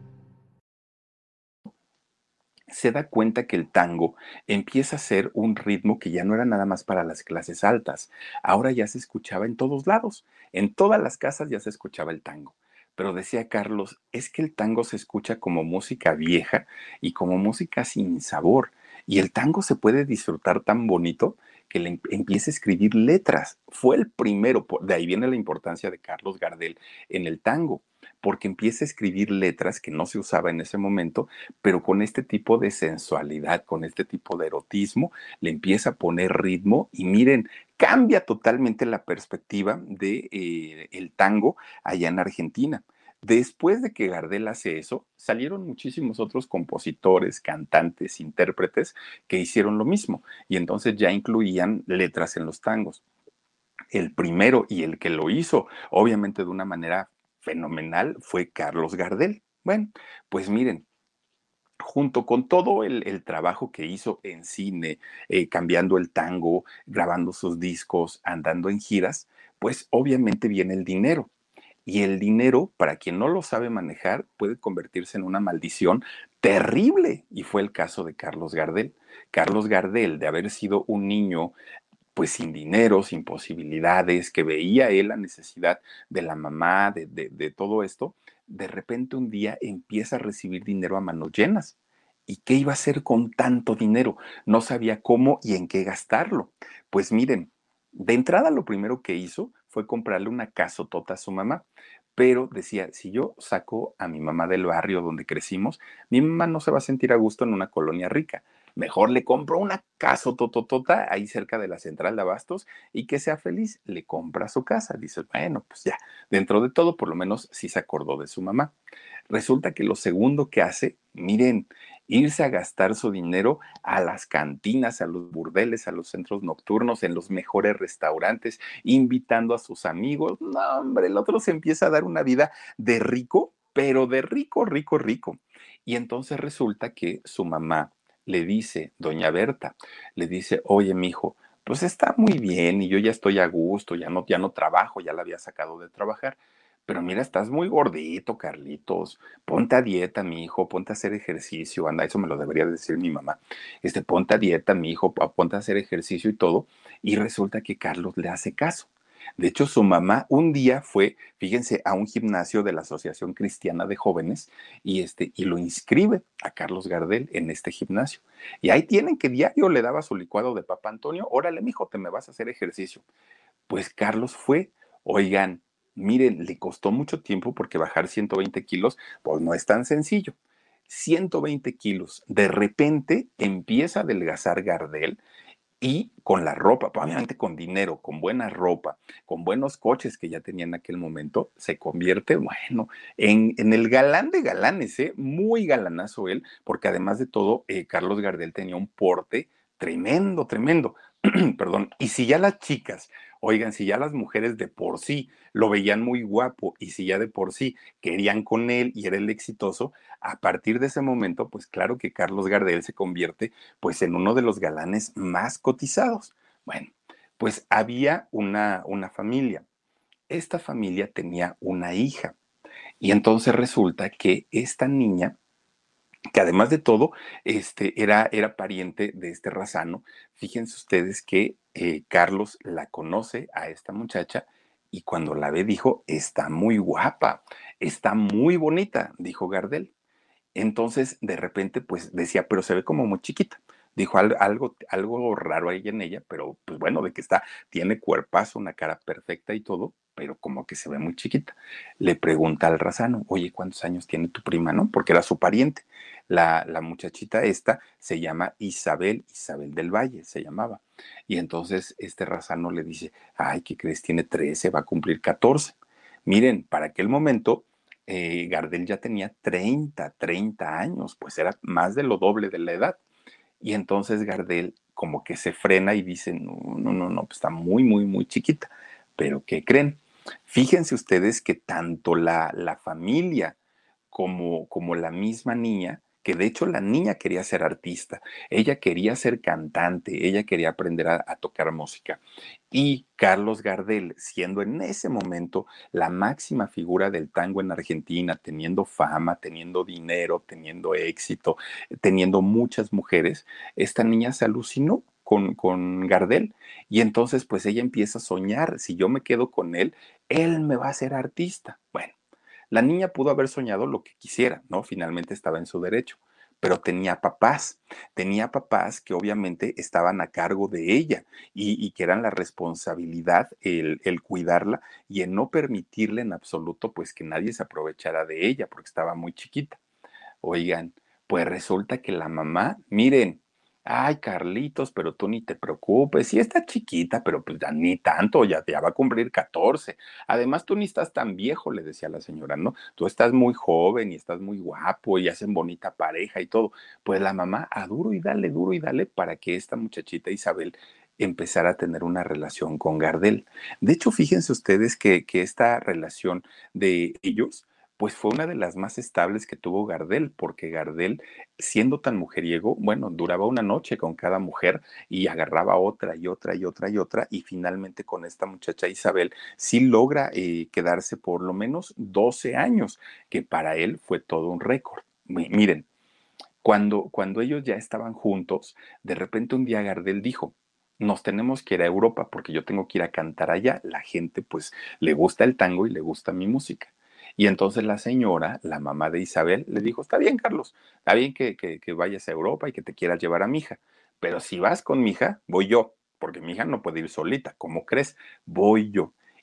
Se da cuenta que el tango empieza a ser un ritmo que ya no era nada más para las clases altas. Ahora ya se escuchaba en todos lados. En todas las casas ya se escuchaba el tango. Pero decía Carlos, es que el tango se escucha como música vieja y como música sin sabor. Y el tango se puede disfrutar tan bonito que le em- empieza a escribir letras. Fue el primero, por- de ahí viene la importancia de Carlos Gardel en el tango, porque empieza a escribir letras que no se usaba en ese momento, pero con este tipo de sensualidad, con este tipo de erotismo, le empieza a poner ritmo y miren, cambia totalmente la perspectiva de eh, el tango allá en Argentina. Después de que Gardel hace eso, salieron muchísimos otros compositores, cantantes, intérpretes que hicieron lo mismo y entonces ya incluían letras en los tangos. El primero y el que lo hizo, obviamente de una manera fenomenal, fue Carlos Gardel. Bueno, pues miren, junto con todo el, el trabajo que hizo en cine, eh, cambiando el tango, grabando sus discos, andando en giras, pues obviamente viene el dinero. Y el dinero, para quien no lo sabe manejar, puede convertirse en una maldición terrible. Y fue el caso de Carlos Gardel. Carlos Gardel, de haber sido un niño pues sin dinero, sin posibilidades, que veía él la necesidad de la mamá, de, de, de todo esto, de repente un día empieza a recibir dinero a manos llenas. ¿Y qué iba a hacer con tanto dinero? No sabía cómo y en qué gastarlo. Pues miren, de entrada lo primero que hizo fue comprarle una casotota a su mamá, pero decía, si yo saco a mi mamá del barrio donde crecimos, mi mamá no se va a sentir a gusto en una colonia rica. mejor le compro una casa tototota ahí cerca de la central de abastos y que sea feliz, le compra su casa. Dice, bueno, pues ya, dentro de todo, por lo menos sí se acordó de su mamá. Resulta que lo segundo que hace, miren, irse a gastar su dinero a las cantinas, a los burdeles, a los centros nocturnos, en los mejores restaurantes, invitando a sus amigos. No, hombre, el otro se empieza a dar una vida de rico, pero de rico, rico, rico. Y entonces resulta que su mamá le dice, doña Berta, le dice, oye, mijo, pues está muy bien y yo ya estoy a gusto, ya no, ya no trabajo, ya la había sacado de trabajar. Pero mira, estás muy gordito, Carlitos. Ponte a dieta, mi hijo, ponte a hacer ejercicio. Anda, eso me lo debería decir mi mamá. Este, ponte a dieta, mi hijo, ponte a hacer ejercicio y todo. Y resulta que Carlos le hace caso. De hecho, su mamá un día fue, fíjense, a un gimnasio de la Asociación Cristiana de Jóvenes y, este, y lo inscribe a Carlos Gardel en este gimnasio. Y ahí tienen que diario le daba su licuado de Papa Antonio. Órale, mijo, te me vas a hacer ejercicio. Pues Carlos fue, oigan, miren, le costó mucho tiempo porque bajar ciento veinte kilos, pues no es tan sencillo. ciento veinte kilos, de repente empieza a adelgazar Gardel y con la ropa, pues, obviamente con dinero, con buena ropa, con buenos coches que ya tenía en aquel momento, se convierte, bueno, en, en el galán de galanes, ¿eh? Muy galanazo él, porque además de todo, eh, Carlos Gardel tenía un porte tremendo, tremendo. Perdón, y si ya las chicas, oigan, si ya las mujeres de por sí lo veían muy guapo y si ya de por sí querían con él y era el exitoso, a partir de ese momento, pues claro que Carlos Gardel se convierte pues en uno de los galanes más cotizados. Bueno, pues había una, una familia. Esta familia tenía una hija y entonces resulta que esta niña que además de todo, este, era, era pariente de este Razano. Fíjense ustedes que eh, Carlos la conoce a esta muchacha y cuando la ve dijo, está muy guapa, está muy bonita, dijo Gardel. Entonces, de repente, pues decía, pero se ve como muy chiquita. Dijo al- algo, algo raro ahí en ella, pero pues bueno, de que está, tiene cuerpazo, una cara perfecta y todo, pero como que se ve muy chiquita. Le pregunta al Razano, oye, ¿cuántos años tiene tu prima, no? Porque era su pariente. La, la muchachita esta se llama Isabel, Isabel del Valle, se llamaba. Y entonces este Razano le dice, ay, ¿qué crees? Tiene trece, va a cumplir catorce. Miren, para aquel momento eh, Gardel ya tenía treinta, treinta años, pues era más de lo doble de la edad. Y entonces Gardel como que se frena y dice, no, no, no, no, pues está muy, muy, muy chiquita. Pero ¿qué creen? Fíjense ustedes que tanto la, la familia como, como la misma niña, que de hecho la niña quería ser artista, ella quería ser cantante, ella quería aprender a, a tocar música. Y Carlos Gardel, siendo en ese momento la máxima figura del tango en Argentina, teniendo fama, teniendo dinero, teniendo éxito, teniendo muchas mujeres, esta niña se alucinó con, con Gardel. Y entonces, pues ella empieza a soñar, si yo me quedo con él, él me va a hacer artista. Bueno, la niña pudo haber soñado lo que quisiera, ¿no? Finalmente estaba en su derecho, pero tenía papás, tenía papás que obviamente estaban a cargo de ella y, y que eran la responsabilidad el, el cuidarla y en no permitirle en absoluto pues que nadie se aprovechara de ella porque estaba muy chiquita. Oigan, pues resulta que la mamá, miren, ay, Carlitos, pero tú ni te preocupes, sí está chiquita, pero pues ya ni tanto, ya, ya va a cumplir catorce. Además, tú ni estás tan viejo, le decía la señora, ¿no? Tú estás muy joven y estás muy guapo y hacen bonita pareja y todo. Pues la mamá, a duro y dale, duro y dale, para que esta muchachita Isabel empezara a tener una relación con Gardel. De hecho, fíjense ustedes que, que esta relación de ellos pues fue una de las más estables que tuvo Gardel, porque Gardel, siendo tan mujeriego, bueno, duraba una noche con cada mujer y agarraba otra y otra y otra y otra, y finalmente con esta muchacha Isabel sí logra eh, quedarse por lo menos doce años, que para él fue todo un récord. Mi- Miren, cuando, cuando ellos ya estaban juntos, de repente un día Gardel dijo, nos tenemos que ir a Europa porque yo tengo que ir a cantar allá. La gente pues le gusta el tango y le gusta mi música. Y entonces la señora, la mamá de Isabel, le dijo, está bien, Carlos, está bien que, que, que vayas a Europa y que te quieras llevar a mi hija, pero si vas con mi hija, voy yo, porque mi hija no puede ir solita, ¿cómo crees? Voy yo.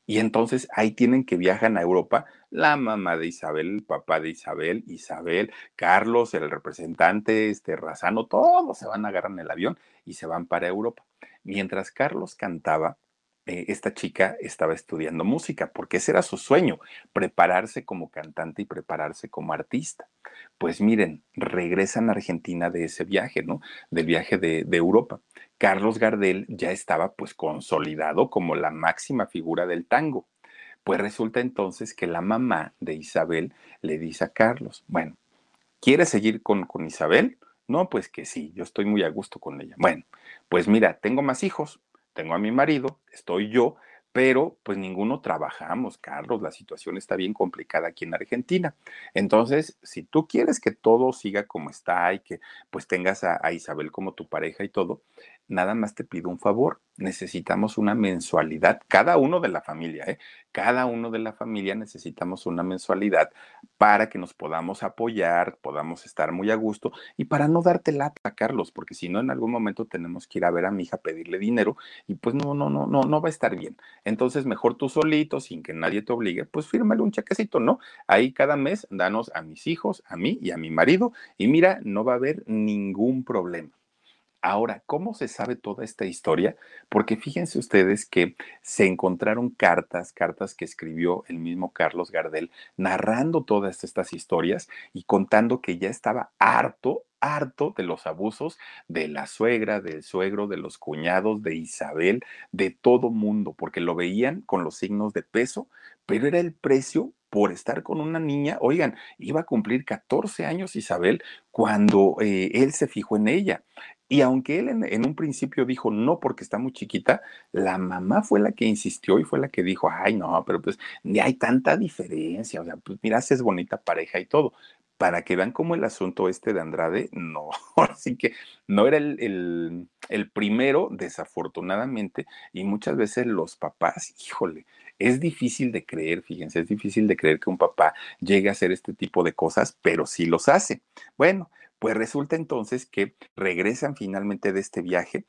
Y entonces ahí tienen que viajan a Europa la mamá de Isabel, el papá de Isabel, Isabel, Carlos, el representante, este Razano, todos se van a agarrar en el avión y se van para Europa. Mientras Carlos cantaba, eh, esta chica estaba estudiando música, porque ese era su sueño, prepararse como cantante y prepararse como artista. Pues miren, regresan a Argentina de ese viaje, ¿no? Del viaje de, de Europa. Carlos Gardel ya estaba pues consolidado como la máxima figura del tango. Pues resulta entonces que la mamá de Isabel le dice a Carlos, bueno, ¿quieres seguir con, con Isabel? No, pues que sí, yo estoy muy a gusto con ella. Bueno, pues mira, tengo más hijos, tengo a mi marido, estoy yo, pero pues ninguno trabajamos, Carlos, la situación está bien complicada aquí en Argentina. Entonces, si tú quieres que todo siga como está y que pues tengas a, a Isabel como tu pareja y todo, nada más te pido un favor, necesitamos una mensualidad, cada uno de la familia, ¿eh? Cada uno de la familia necesitamos una mensualidad para que nos podamos apoyar, podamos estar muy a gusto y para no darte lata, Carlos, porque si no en algún momento tenemos que ir a ver a mi hija, pedirle dinero y pues no, no, no, no, no va a estar bien. Entonces mejor tú solito, sin que nadie te obligue, pues fírmale un chequecito, ¿no? Ahí cada mes danos a mis hijos, a mí y a mi marido y mira, no va a haber ningún problema. Ahora, ¿cómo se sabe toda esta historia? Porque fíjense ustedes que se encontraron cartas, cartas que escribió el mismo Carlos Gardel, narrando todas estas historias y contando que ya estaba harto, harto de los abusos de la suegra, del suegro, de los cuñados, de Isabel, de todo mundo, porque lo veían con los signos de peso, pero era el precio por estar con una niña. Oigan, iba a cumplir catorce años Isabel cuando eh, él se fijó en ella. Y aunque él en, en, un principio dijo no porque está muy chiquita, la mamá fue la que insistió y fue la que dijo, ay no, pero pues ni hay tanta diferencia, o sea, pues mira, es bonita pareja y todo. Para que vean cómo el asunto este de Andrade, no, así que no era el, el, el primero, desafortunadamente, y muchas veces los papás, híjole, es difícil de creer, fíjense, es difícil de creer que un papá llegue a hacer este tipo de cosas, pero sí los hace. Bueno, pues resulta entonces que regresan finalmente de este viaje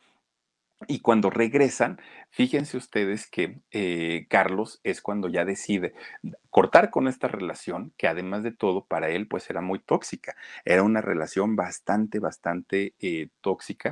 y cuando regresan, fíjense ustedes que eh, Carlos es cuando ya decide cortar con esta relación, que además de todo para él pues era muy tóxica, era una relación bastante, bastante eh, tóxica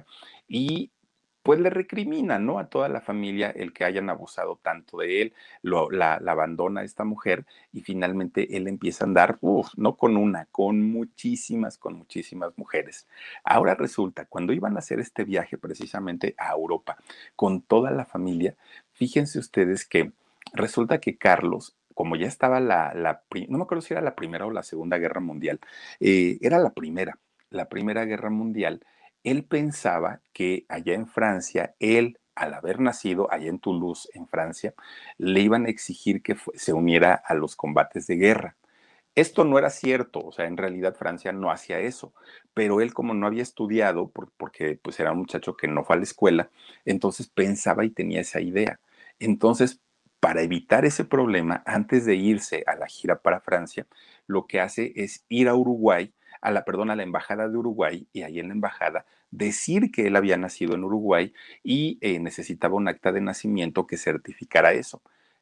y pues le recrimina, ¿no? A toda la familia el que hayan abusado tanto de él, lo, la, la abandona a esta mujer y finalmente él empieza a andar, uf, no con una, con muchísimas, con muchísimas mujeres. Ahora resulta, cuando iban a hacer este viaje precisamente a Europa con toda la familia, fíjense ustedes que resulta que Carlos, como ya estaba la, la no me acuerdo si era la primera o la segunda guerra mundial, eh, era la primera, la primera guerra mundial, él pensaba que allá en Francia, él, al haber nacido allá en Toulouse, en Francia, le iban a exigir que se uniera a los combates de guerra. Esto no era cierto, o sea, en realidad Francia no hacía eso, pero él como no había estudiado, por, porque pues era un muchacho que no fue a la escuela, entonces pensaba y tenía esa idea. Entonces, para evitar ese problema, antes de irse a la gira para Francia, lo que hace es ir a Uruguay, a la, perdón, a la embajada de Uruguay y ahí en la embajada decir que él había nacido en Uruguay y eh, necesitaba un acta de nacimiento que certificara eso.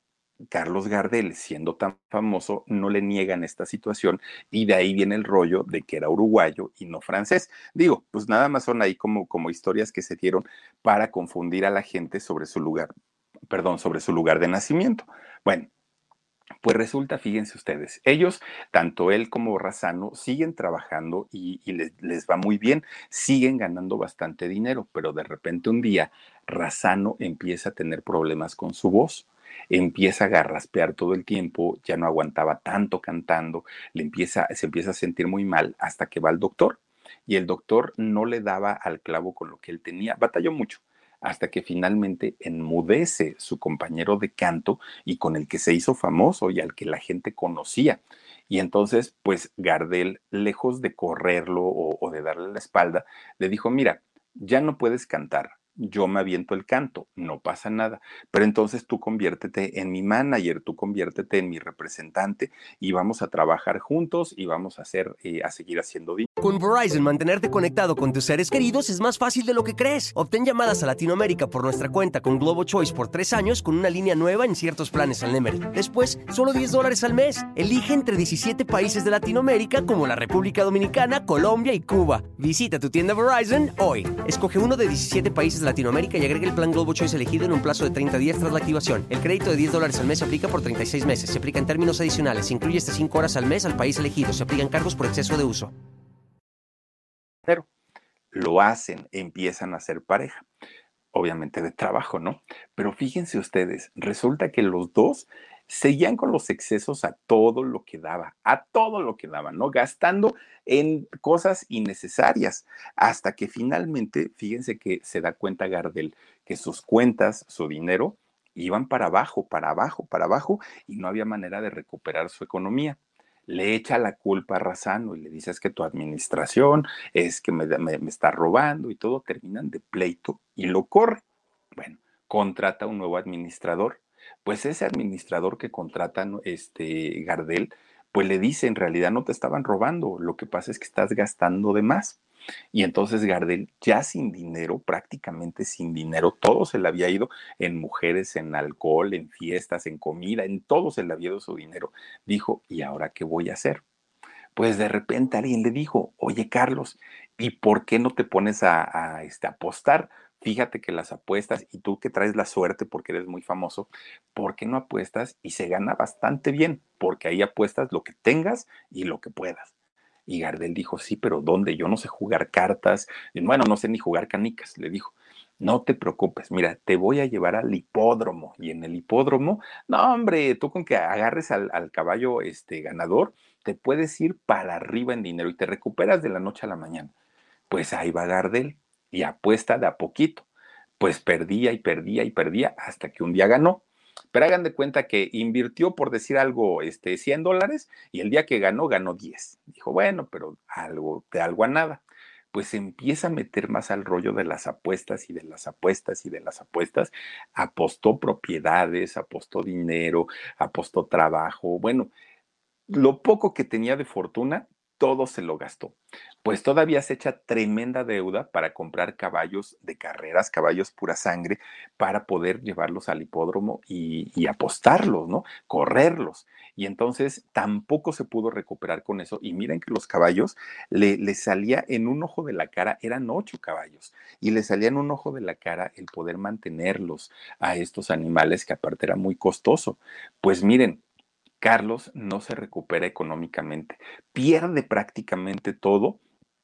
Carlos Gardel, siendo tan famoso, no le niegan esta situación y de ahí viene el rollo de que era uruguayo y no francés. Digo, pues nada más son ahí como, como historias que se dieron para confundir a la gente sobre su lugar, perdón, sobre su lugar de nacimiento. Bueno, pues resulta, fíjense ustedes, ellos, tanto él como Razano, siguen trabajando y, y les, les va muy bien, siguen ganando bastante dinero, pero de repente un día Razano empieza a tener problemas con su voz, empieza a garraspear todo el tiempo, ya no aguantaba tanto cantando, le empieza, se empieza a sentir muy mal hasta que va al doctor y el doctor no le daba al clavo con lo que él tenía, batalló mucho hasta que finalmente enmudece su compañero de canto y con el que se hizo famoso y al que la gente conocía. Y entonces, pues Gardel, lejos de correrlo o, o de darle la espalda, le dijo, mira, ya no puedes cantar, yo me aviento el canto, no pasa nada, pero entonces tú conviértete en mi manager, tú conviértete en mi representante y vamos a trabajar juntos y vamos a hacer, eh, a seguir haciendo dinero.
Con Verizon, mantenerte conectado con tus seres queridos es más fácil de lo que crees. Obtén llamadas a Latinoamérica por nuestra cuenta con Globo Choice por tres años con una línea nueva en ciertos planes al Nemery. Después, solo diez dólares al mes. Elige entre diecisiete países de Latinoamérica como la República Dominicana, Colombia y Cuba. Visita tu tienda Verizon hoy. Escoge uno de diecisiete países de Latinoamérica y agrega el plan Globo Choice elegido en un plazo de treinta días tras la activación. El crédito de diez dólares al mes se aplica por treinta y seis meses. Se aplica en términos adicionales. Se incluye hasta cinco horas al mes al país elegido. Se aplican cargos por exceso de uso.
Lo hacen, empiezan a ser pareja, obviamente de trabajo, ¿no? Pero fíjense ustedes, resulta que los dos seguían con los excesos a todo lo que daba, a todo lo que daba, ¿no? Gastando en cosas innecesarias, hasta que finalmente, fíjense que se da cuenta Gardel que sus cuentas, su dinero, iban para abajo, para abajo, para abajo, y no había manera de recuperar su economía. Le echa la culpa a Razano y le dice: es que tu administración, es que me, me, me está robando y todo, terminan de pleito y lo corre. Bueno, contrata un nuevo administrador. Pues ese administrador que contrata este Gardel, pues le dice: en realidad no te estaban robando, lo que pasa es que estás gastando de más. Y entonces Gardel, ya sin dinero, prácticamente sin dinero, todo se le había ido en mujeres, en alcohol, en fiestas, en comida, en todo se le había ido su dinero. Dijo: ¿y ahora qué voy a hacer? Pues de repente alguien le dijo: oye, Carlos, ¿y por qué no te pones a, a este, apostar? Fíjate que las apuestas, y tú que traes la suerte porque eres muy famoso, ¿por qué no apuestas? Y se gana bastante bien, porque ahí apuestas lo que tengas y lo que puedas. Y Gardel dijo: sí, pero ¿dónde? Yo no sé jugar cartas, bueno, no sé ni jugar canicas, le dijo. No te preocupes, mira, te voy a llevar al hipódromo. Y en el hipódromo, no, hombre, tú con que agarres al, al caballo este, ganador, te puedes ir para arriba en dinero y te recuperas de la noche a la mañana. Pues ahí va Gardel y apuesta de a poquito. Pues perdía y perdía y perdía hasta que un día ganó. Pero hagan de cuenta que invirtió, por decir algo, este, cien dólares y el día que ganó, ganó diez. Dijo: bueno, pero algo de algo a nada. Pues se empieza a meter más al rollo de las apuestas y de las apuestas y de las apuestas. Apostó propiedades, apostó dinero, apostó trabajo. Bueno, lo poco que tenía de fortuna, todo se lo gastó. Pues todavía se echa tremenda deuda para comprar caballos de carreras, caballos pura sangre, para poder llevarlos al hipódromo y, y apostarlos, ¿no? Correrlos. Y entonces tampoco se pudo recuperar con eso. Y miren que los caballos le, le salía en un ojo de la cara, eran ocho caballos, y le salía en un ojo de la cara el poder mantenerlos a estos animales, que aparte era muy costoso. Pues miren, Carlos no se recupera económicamente, pierde prácticamente todo.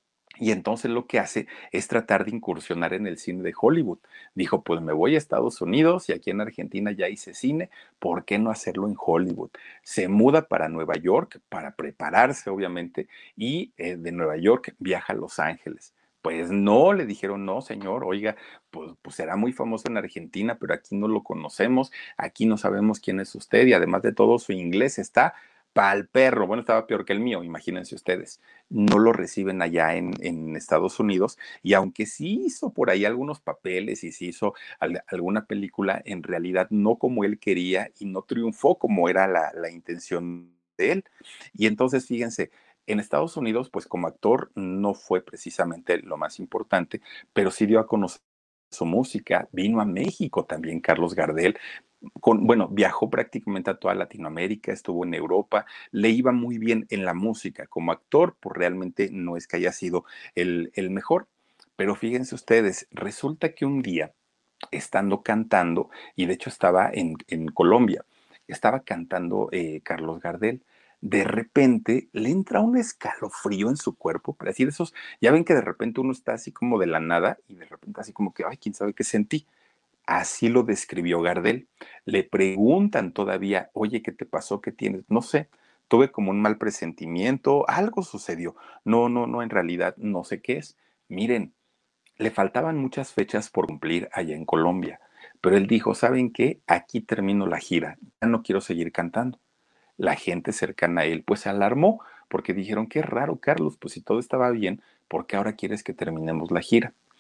Y entonces lo que hace es tratar de incursionar en el cine de Hollywood. Dijo: pues me voy a Estados Unidos y aquí en Argentina ya hice cine, ¿por qué no hacerlo en Hollywood? Se muda para Nueva York para prepararse, obviamente, y eh, de Nueva York viaja a Los Ángeles. Pues no, le dijeron: no, señor, oiga, pues, pues será muy famoso en Argentina, pero aquí no lo conocemos, aquí no sabemos quién es usted y además de todo su inglés está pa'l perro. Bueno, estaba peor que el mío, imagínense ustedes. No lo reciben allá en, en Estados Unidos y aunque sí hizo por ahí algunos papeles y sí hizo al, alguna película, en realidad no como él quería y no triunfó como era la, la intención de él. Y entonces, fíjense, en Estados Unidos, pues como actor no fue precisamente lo más importante, pero sí dio a conocer su música. Vino a México también Carlos Gardel. Con, bueno, viajó prácticamente a toda Latinoamérica, estuvo en Europa, le iba muy bien en la música. Como actor, pues realmente no es que haya sido el, el mejor. Pero fíjense ustedes, resulta que un día, estando cantando, y de hecho estaba en, en Colombia, estaba cantando eh, Carlos Gardel. De repente le entra un escalofrío en su cuerpo, pero así de esos, ya ven que de repente uno está así como de la nada y de repente así como que, ay, quién sabe qué sentí. Así lo describió Gardel. Le preguntan todavía: oye, ¿qué te pasó? ¿Qué tienes? No sé, tuve como un mal presentimiento, algo sucedió. No, no, no, en realidad no sé qué es. Miren, le faltaban muchas fechas por cumplir allá en Colombia, pero él dijo: ¿saben qué? Aquí termino la gira, ya no quiero seguir cantando. La gente cercana a él pues se alarmó porque dijeron: qué raro, Carlos, pues si todo estaba bien, ¿por qué ahora quieres que terminemos la gira?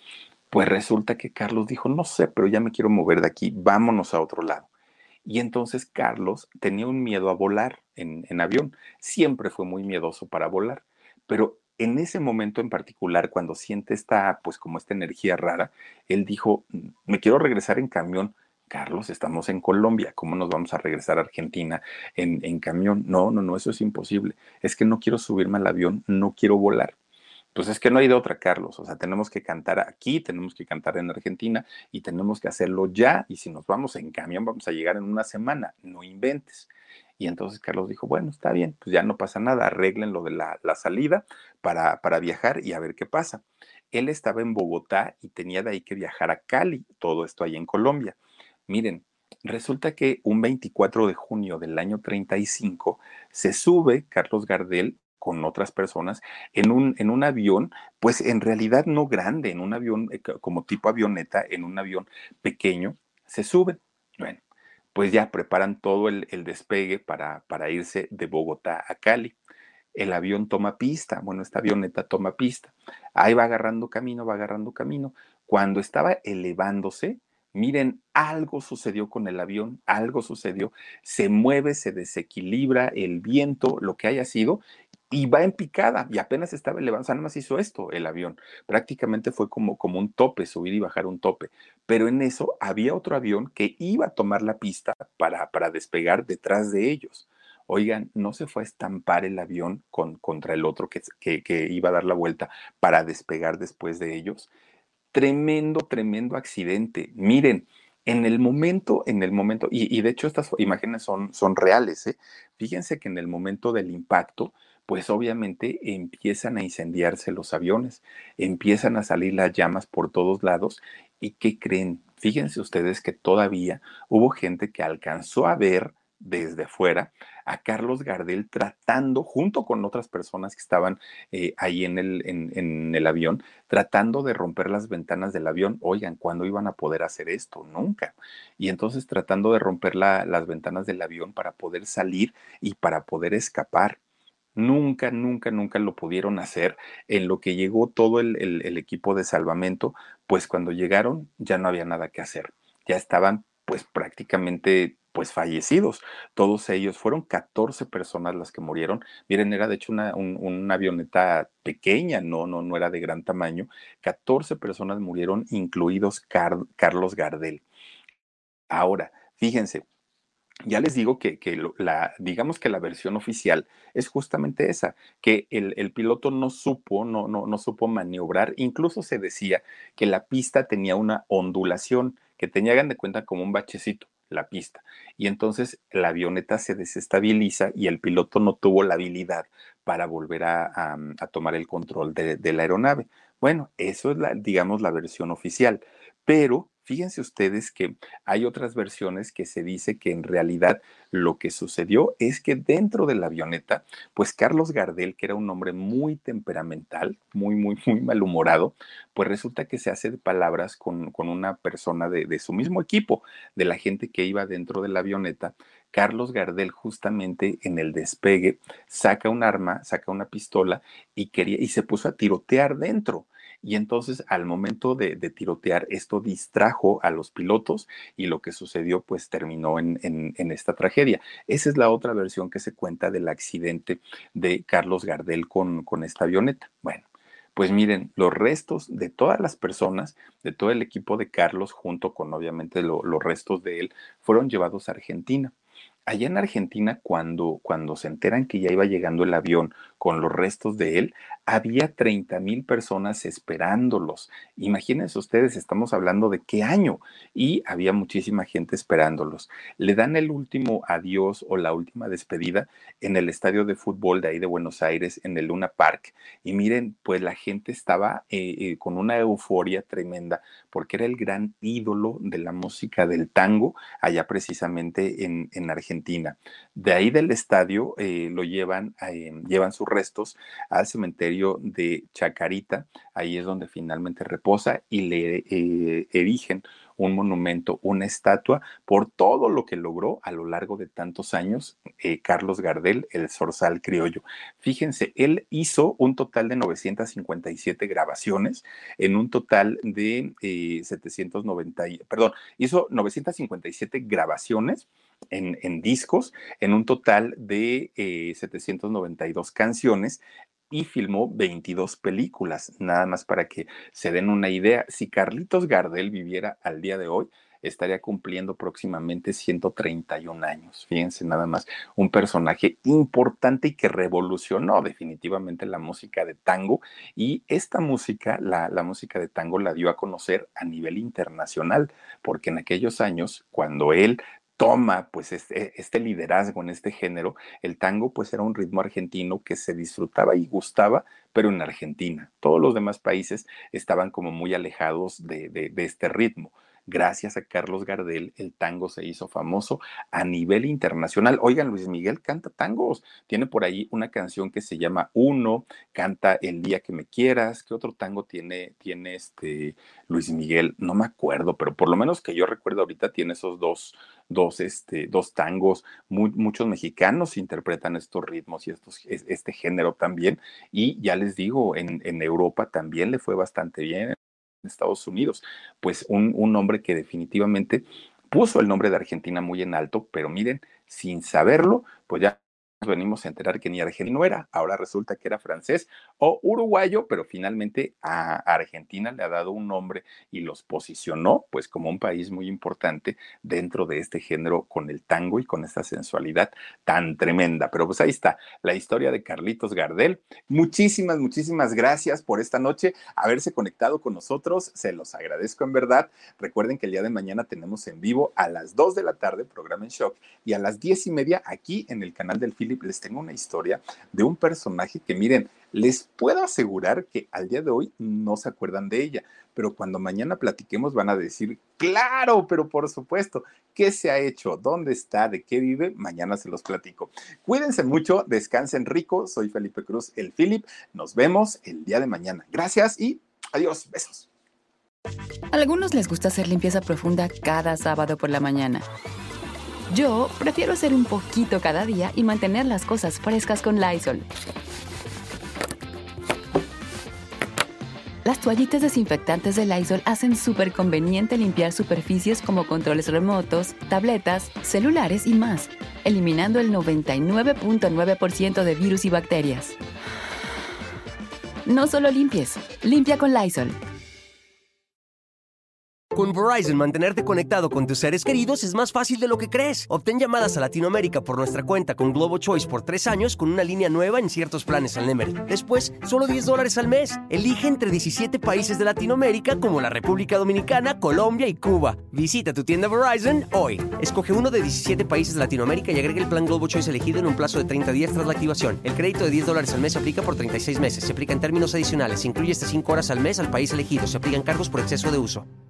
Pues resulta que Carlos dijo, no sé, pero ya me quiero mover de aquí, vámonos a otro lado. Y entonces Carlos tenía un miedo a volar en, en avión. Siempre fue muy miedoso para volar. Pero en ese momento en particular, cuando siente esta, pues como esta energía rara, él dijo, me quiero regresar en camión. Carlos, estamos en Colombia, ¿cómo nos vamos a regresar a Argentina en, en camión? No, no, no, eso es imposible. Es que no quiero subirme al avión, no quiero volar. Pues es que no hay de otra, Carlos. O sea, tenemos que cantar aquí, tenemos que cantar en Argentina y tenemos que hacerlo ya. Y si nos vamos en camión, vamos a llegar en una semana. No inventes. Y entonces Carlos dijo, bueno, está bien, pues ya no pasa nada, arreglen lo de la, la salida para, para viajar y a ver qué pasa. Él estaba en Bogotá y tenía de ahí que viajar a Cali, todo esto ahí en Colombia. Miren, resulta que un veinticuatro de junio del año treinta y cinco se sube Carlos Gardel con otras personas en un, en un avión, pues en realidad no grande, en un avión eh, como tipo avioneta, en un avión pequeño, se suben. Bueno, pues ya preparan todo el, el despegue para, para irse de Bogotá a Cali. El avión toma pista, bueno, esta avioneta toma pista. Ahí va agarrando camino, va agarrando camino. Cuando estaba elevándose, miren, algo sucedió con el avión, algo sucedió, se mueve, se desequilibra el viento, lo que haya sido, y va en picada, y apenas estaba elevando, o sea, nada más hizo esto el avión. Prácticamente fue como, como un tope, subir y bajar un tope. Pero en eso había otro avión que iba a tomar la pista para, para despegar detrás de ellos. Oigan, no se fue a estampar el avión con, contra el otro que, que, que iba a dar la vuelta para despegar después de ellos. Tremendo, tremendo accidente. Miren, en el momento, en el momento, y, y de hecho estas imágenes son, son reales, ¿eh? Fíjense que en el momento del impacto, pues obviamente empiezan a incendiarse los aviones, empiezan a salir las llamas por todos lados. ¿Y qué creen? Fíjense ustedes que todavía hubo gente que alcanzó a ver desde fuera a Carlos Gardel tratando, junto con otras personas que estaban eh, ahí en el, en, en el avión, tratando de romper las ventanas del avión. Oigan, ¿cuándo iban a poder hacer esto? Nunca. Y entonces tratando de romper la, las ventanas del avión para poder salir y para poder escapar. Nunca, nunca, nunca lo pudieron hacer. En lo que llegó todo el, el, el equipo de salvamento, pues cuando llegaron ya no había nada que hacer. Ya estaban pues prácticamente pues fallecidos. Todos ellos, fueron catorce personas las que murieron. Miren, era de hecho una, un, una avioneta pequeña, no, no, no era de gran tamaño. catorce personas murieron, incluidos Car Carlos Gardel. Ahora, fíjense, ya les digo que, que lo- la, digamos que la versión oficial es justamente esa, que el, el piloto no supo, no, no, no supo maniobrar, incluso se decía que la pista tenía una ondulación, que tenía, hagan de cuenta, como un bachecito, la pista, y entonces la avioneta se desestabiliza y el piloto no tuvo la habilidad para volver a, a- a tomar el control de, de la aeronave. Bueno, eso es la, digamos, la versión oficial, pero fíjense ustedes que hay otras versiones que se dice que en realidad lo que sucedió es que dentro de la avioneta, pues Carlos Gardel, que era un hombre muy temperamental, muy, muy, muy malhumorado, pues resulta que se hace de palabras con, con una persona de, de su mismo equipo, de la gente que iba dentro de la avioneta. Carlos Gardel justamente en el despegue saca un arma, saca una pistola y quería y se puso a tirotear dentro. Y entonces al momento de, de tirotear, esto distrajo a los pilotos y lo que sucedió pues terminó en, en, en, esta tragedia. Esa es la otra versión que se cuenta del accidente de Carlos Gardel con, con esta avioneta. Bueno, pues miren, los restos de todas las personas, de todo el equipo de Carlos, junto con obviamente lo, los restos de él, fueron llevados a Argentina. Allá en Argentina, cuando, cuando se enteran que ya iba llegando el avión con los restos de él, había treinta mil personas esperándolos. Imagínense ustedes, estamos hablando de qué año, y había muchísima gente esperándolos. Le dan el último adiós o la última despedida en el estadio de fútbol de ahí de Buenos Aires, en el Luna Park, y miren, pues la gente estaba eh, eh, con una euforia tremenda porque era el gran ídolo de la música del tango allá precisamente en, en Argentina. De ahí del estadio eh, lo llevan, eh, llevan sus restos al cementerio de Chacarita, ahí es donde finalmente reposa y le eh, erigen un monumento, una estatua por todo lo que logró a lo largo de tantos años eh, Carlos Gardel, el zorzal criollo. Fíjense, él hizo un total de novecientas cincuenta y siete grabaciones en un total de eh, setecientos noventa, perdón, hizo novecientas cincuenta y siete grabaciones en, en discos, en un total de eh, setecientas noventa y dos canciones, y filmó veintidós películas, nada más para que se den una idea. Si Carlitos Gardel viviera al día de hoy, estaría cumpliendo próximamente ciento treinta y un años. Fíjense nada más, un personaje importante y que revolucionó definitivamente la música de tango, y esta música, la, la música de tango la dio a conocer a nivel internacional, porque en aquellos años, cuando él toma pues este, este liderazgo en este género, el tango pues era un ritmo argentino que se disfrutaba y gustaba, pero en Argentina. Todos los demás países estaban como muy alejados de, de, de este ritmo. Gracias a Carlos Gardel, el tango se hizo famoso a nivel internacional. Oigan, Luis Miguel canta tangos. Tiene por ahí una canción que se llama Uno, canta El día que me quieras. ¿Qué otro tango tiene, tiene este Luis Miguel? No me acuerdo, pero por lo menos que yo recuerdo ahorita tiene esos dos, dos, este, dos tangos. Muy, muchos mexicanos interpretan estos ritmos y estos, este género también. Y ya les digo, en, en Europa también le fue bastante bien. Estados Unidos, pues un, un hombre que definitivamente puso el nombre de Argentina muy en alto, pero miren, sin saberlo, pues ya nos venimos a enterar que ni argentino era, ahora resulta que era francés o uruguayo, pero finalmente a Argentina le ha dado un nombre y los posicionó pues como un país muy importante dentro de este género con el tango y con esta sensualidad tan tremenda. Pero pues ahí está la historia de Carlitos Gardel. Muchísimas, muchísimas gracias por esta noche, haberse conectado con nosotros, se los agradezco en verdad. Recuerden que el día de mañana tenemos en vivo a las dos de la tarde programa En Shock, y a las diez y media aquí en el canal del Philip les tengo una historia de un personaje que miren, les puedo asegurar que al día de hoy no se acuerdan de ella, pero cuando mañana platiquemos van a decir, claro, pero por supuesto, ¿qué se ha hecho? ¿Dónde está? ¿De qué vive? Mañana se los platico. Cuídense mucho, descansen rico, soy Felipe Cruz, el Philip, nos vemos el día de mañana. Gracias y adiós, besos.
A algunos les gusta hacer limpieza profunda cada sábado por la mañana. Yo prefiero hacer un poquito cada día y mantener las cosas frescas con Lysol. Las toallitas desinfectantes de Lysol hacen súper conveniente limpiar superficies como controles remotos, tabletas, celulares y más, eliminando el noventa y nueve punto nueve por ciento de virus y bacterias. No solo limpies, limpia con Lysol.
Con Verizon, mantenerte conectado con tus seres queridos es más fácil de lo que crees. Obtén llamadas a Latinoamérica por nuestra cuenta con Globo Choice por tres años con una línea nueva en ciertos planes al Nemery. Después, solo diez dólares al mes. Elige entre diecisiete países de Latinoamérica como la República Dominicana, Colombia y Cuba. Visita tu tienda Verizon hoy. Escoge uno de diecisiete países de Latinoamérica y agrega el plan Globo Choice elegido en un plazo de treinta días tras la activación. El crédito de diez dólares al mes se aplica por treinta y seis meses. Se aplica en términos adicionales. Se incluye hasta cinco horas al mes al país elegido. Se aplican cargos por exceso de uso.